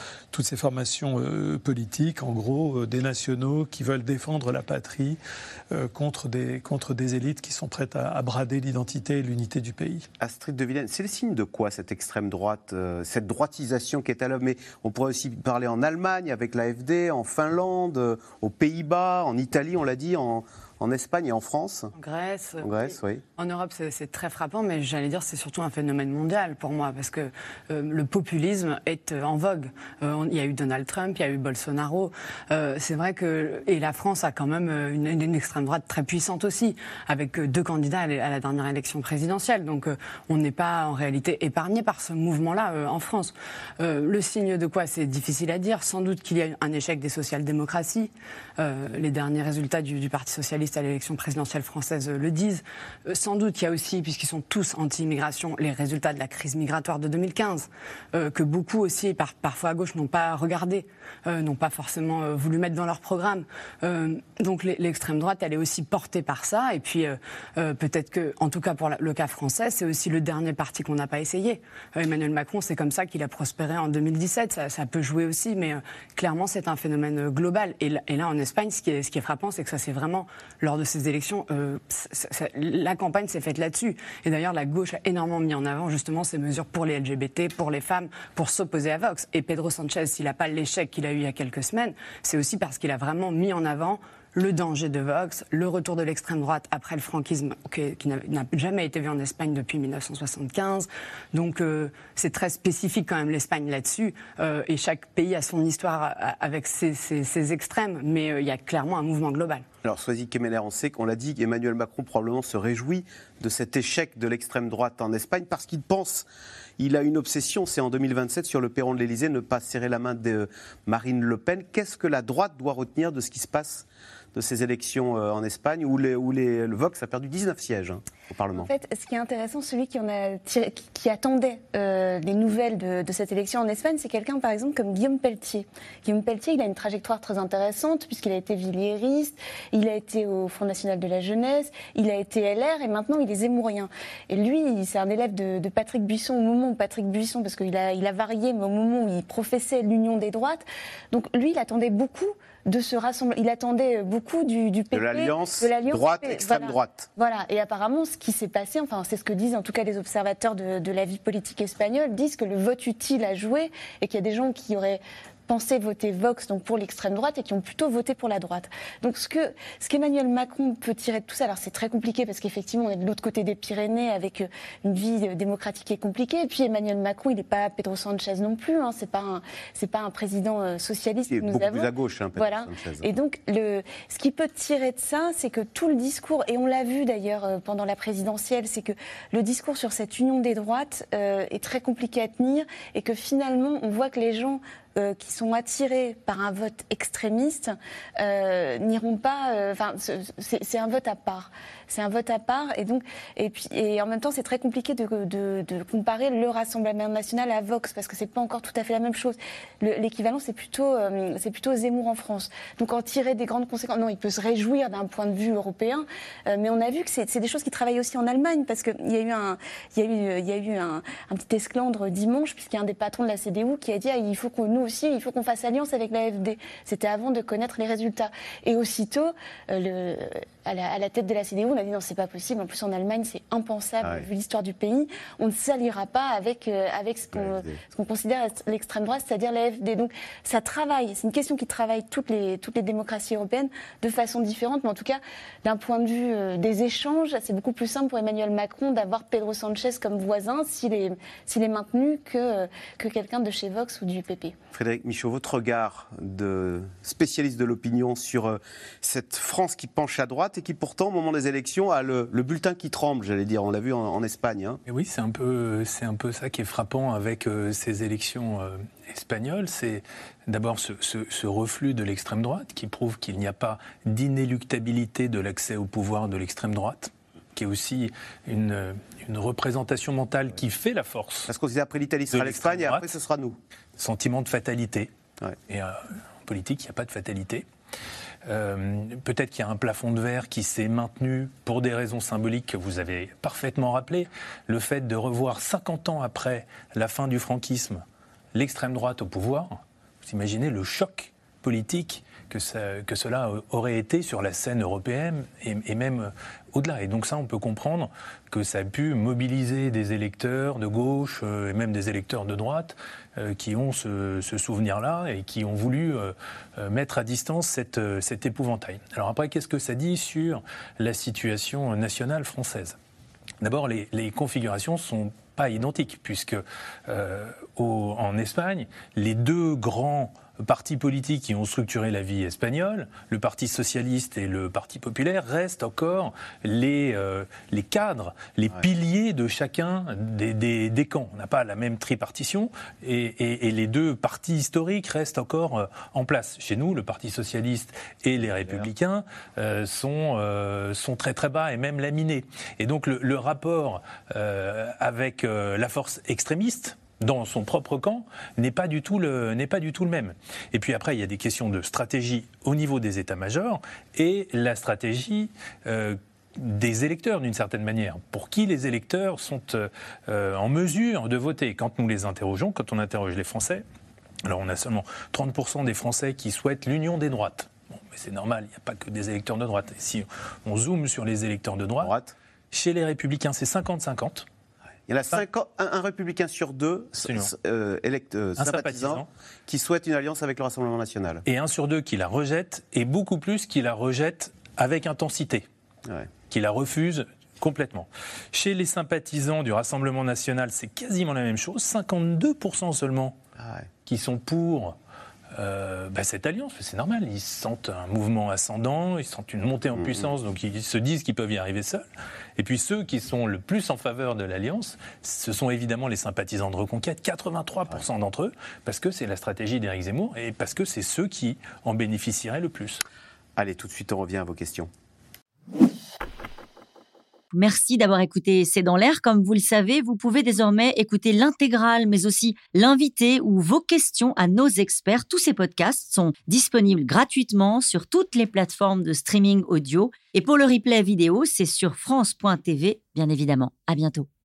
politiques. En gros, des nationaux qui veulent défendre la patrie contre des élites qui sont prêtes à brader l'identité et l'unité du pays. Astrid de Villene, c'est le signe de quoi cette extrême droite, cette droitisation qui est à l'œuvre? Mais on pourrait aussi parler en Allemagne avec l'AfD, en Finlande, aux Pays-Bas, en Italie, on l'a dit, en Espagne et en France. En Grèce. Oui. En Europe, c'est très frappant, mais j'allais dire c'est surtout un phénomène mondial pour moi, parce que le populisme est en vogue. Il y a eu Donald Trump, il y a eu Bolsonaro. C'est vrai que... Et la France a quand même une extrême droite très puissante aussi, avec 2 candidats à la dernière élection présidentielle. Donc on n'est pas en réalité épargné par ce mouvement-là en France. Le signe de quoi, c'est difficile à dire. Sans doute qu'il y a un échec des social-démocraties. Les derniers résultats du Parti socialiste à l'élection présidentielle française le disent. Sans doute qu'il y a aussi, puisqu'ils sont tous anti-immigration, les résultats de la crise migratoire de 2015, que beaucoup aussi, parfois à gauche, n'ont pas regardé, n'ont pas forcément voulu mettre dans leur programme. Donc l'extrême droite, elle est aussi portée par ça. Et puis peut-être que, en tout cas pour le cas français, c'est aussi le dernier parti qu'on n'a pas essayé. Emmanuel Macron, c'est comme ça qu'il a prospéré en 2017. Ça peut jouer aussi, mais clairement, c'est un phénomène global. Et là, en Espagne, ce qui est frappant, c'est que ça s'est vraiment... Lors de ces élections, la campagne s'est faite là-dessus. Et d'ailleurs, la gauche a énormément mis en avant justement ces mesures pour les LGBT, pour les femmes, pour s'opposer à Vox. Et Pedro Sánchez, s'il n'a pas l'échec qu'il a eu il y a quelques semaines, c'est aussi parce qu'il a vraiment mis en avant le danger de Vox, le retour de l'extrême droite après le franquisme qui n'a jamais été vu en Espagne depuis 1975. Donc c'est très spécifique quand même l'Espagne là-dessus. Et chaque pays a son histoire avec ses extrêmes, mais il y a clairement un mouvement global. Alors, Soisy Kemener, on sait qu'on l'a dit, Emmanuel Macron probablement se réjouit de cet échec de l'extrême droite en Espagne parce qu'il pense, il a une obsession, c'est en 2027 sur le perron de l'Élysée, ne pas serrer la main de Marine Le Pen. Qu'est-ce que la droite doit retenir de ce qui se passe de ces élections en Espagne où le Vox a perdu 19 sièges au Parlement? En fait, ce qui est intéressant, celui qui attendait des nouvelles de cette élection en Espagne, c'est quelqu'un, par exemple, comme Guillaume Pelletier. Guillaume Pelletier, il a une trajectoire très intéressante puisqu'il a été villiériste, il a été au Front National de la Jeunesse, il a été LR et maintenant il est zémourien. Et lui, c'est un élève de Patrick Buisson au moment où Patrick Buisson, parce qu'il a varié, mais au moment où il professait l'union des droites. Donc lui, il attendait beaucoup de ce rassemblement. Il attendait beaucoup du PP. De l'alliance droite, extrême droite. Voilà. Et apparemment, ce qui s'est passé, enfin, c'est ce que disent en tout cas les observateurs de la vie politique espagnole, disent que le vote utile a joué et qu'il y a des gens qui auraient pensé voter Vox, donc pour l'extrême droite, et qui ont plutôt voté pour la droite. Donc ce qu'Emmanuel Macron peut tirer de tout ça, alors c'est très compliqué parce qu'effectivement on est de l'autre côté des Pyrénées avec une vie démocratique qui est compliquée, et puis Emmanuel Macron, il n'est pas Pedro Sánchez non plus, hein, c'est pas un président socialiste que nous avons. Il est beaucoup plus à gauche, hein, Pedro Sánchez. Et donc ce qui peut tirer de ça, c'est que tout le discours, et on l'a vu d'ailleurs pendant la présidentielle, c'est que le discours sur cette union des droites est très compliqué à tenir, et que finalement on voit que les gens qui sont attirés par un vote extrémiste n'iront pas. C'est un vote à part. C'est un vote à part, et en même temps, c'est très compliqué de comparer le Rassemblement national à Vox, parce que c'est pas encore tout à fait la même chose. L'équivalent, c'est plutôt Zemmour en France. Donc, en tirer des grandes conséquences. Non, il peut se réjouir d'un point de vue européen, mais on a vu que c'est des choses qui travaillent aussi en Allemagne, parce qu'il y a eu un petit esclandre dimanche, puisqu'il y a un des patrons de la CDU qui a dit il faut qu'on fasse alliance avec l'AfD. C'était avant de connaître les résultats. Et aussitôt, à la tête de la CDU, on a dit non, c'est pas possible. En plus, en Allemagne, c'est impensable vu l'histoire du pays. On ne s'alliera pas avec ce qu'on considère être l'extrême droite, c'est-à-dire l'AfD. Donc, ça travaille. C'est une question qui travaille toutes les démocraties européennes de façon différente. Mais en tout cas, d'un point de vue des échanges, c'est beaucoup plus simple pour Emmanuel Macron d'avoir Pedro Sanchez comme voisin s'il est maintenu que quelqu'un de chez Vox ou du PP. Frédéric Michaud, votre regard de spécialiste de l'opinion sur cette France qui penche à droite et qui pourtant, au moment des élections, a le bulletin qui tremble, j'allais dire. On l'a vu en Espagne. Hein. Et oui, c'est un peu ça qui est frappant avec ces élections espagnoles. C'est d'abord ce reflux de l'extrême droite qui prouve qu'il n'y a pas d'inéluctabilité de l'accès au pouvoir de l'extrême droite, qui est aussi une représentation mentale qui fait la force. Parce qu'on disait après l'Italie sera l'Espagne et après ce sera nous. Sentiment de fatalité. Ouais. Et en politique, il n'y a pas de fatalité. Peut-être qu'il y a un plafond de verre qui s'est maintenu pour des raisons symboliques que vous avez parfaitement rappelées. Le fait de revoir 50 ans après la fin du franquisme l'extrême droite au pouvoir, vous imaginez le choc politique que cela aurait été sur la scène européenne et même au-delà. Et donc ça, on peut comprendre que ça a pu mobiliser des électeurs de gauche et même des électeurs de droite qui ont ce souvenir-là et qui ont voulu mettre à distance cet épouvantail. Alors après, qu'est-ce que ça dit sur la situation nationale française ? D'abord, les configurations sont pas identiques, puisque en Espagne, les deux grands partis politiques qui ont structuré la vie espagnole, le Parti socialiste et le Parti populaire, restent encore les cadres, les piliers de chacun des camps. On n'a pas la même tripartition et les deux partis historiques restent encore en place. Chez nous, le Parti socialiste et les Républicains sont très très bas et même laminés. Et donc le rapport avec la force extrémiste dans son propre camp n'est pas du tout le même. Et puis après, il y a des questions de stratégie au niveau des états-majors et la stratégie des électeurs, d'une certaine manière. Pour qui les électeurs sont en mesure de voter. Quand nous les interrogeons, quand on interroge les Français, alors on a seulement 30% des Français qui souhaitent l'union des droites. Bon, mais c'est normal, il n'y a pas que des électeurs de droite. Et si on zoome sur les électeurs de droite, chez les Républicains, c'est 50-50. Il y en a un républicain sur deux sympathisants qui souhaitent une alliance avec le Rassemblement national. Et un sur deux qui la rejette, et beaucoup plus qui la rejette avec intensité, qui la refuse complètement. Chez les sympathisants du Rassemblement national, c'est quasiment la même chose, 52% seulement qui sont pour cette alliance, c'est normal, ils sentent un mouvement ascendant, ils sentent une montée en puissance, donc ils se disent qu'ils peuvent y arriver seuls. Et puis ceux qui sont le plus en faveur de l'alliance, ce sont évidemment les sympathisants de Reconquête, 83% d'entre eux, parce que c'est la stratégie d'Éric Zemmour et parce que c'est ceux qui en bénéficieraient le plus. Allez, tout de suite, on revient à vos questions. Merci d'avoir écouté C'est dans l'air. Comme vous le savez, vous pouvez désormais écouter l'intégrale, mais aussi l'invité ou vos questions à nos experts. Tous ces podcasts sont disponibles gratuitement sur toutes les plateformes de streaming audio. Et pour le replay vidéo, c'est sur France.tv, bien évidemment. À bientôt.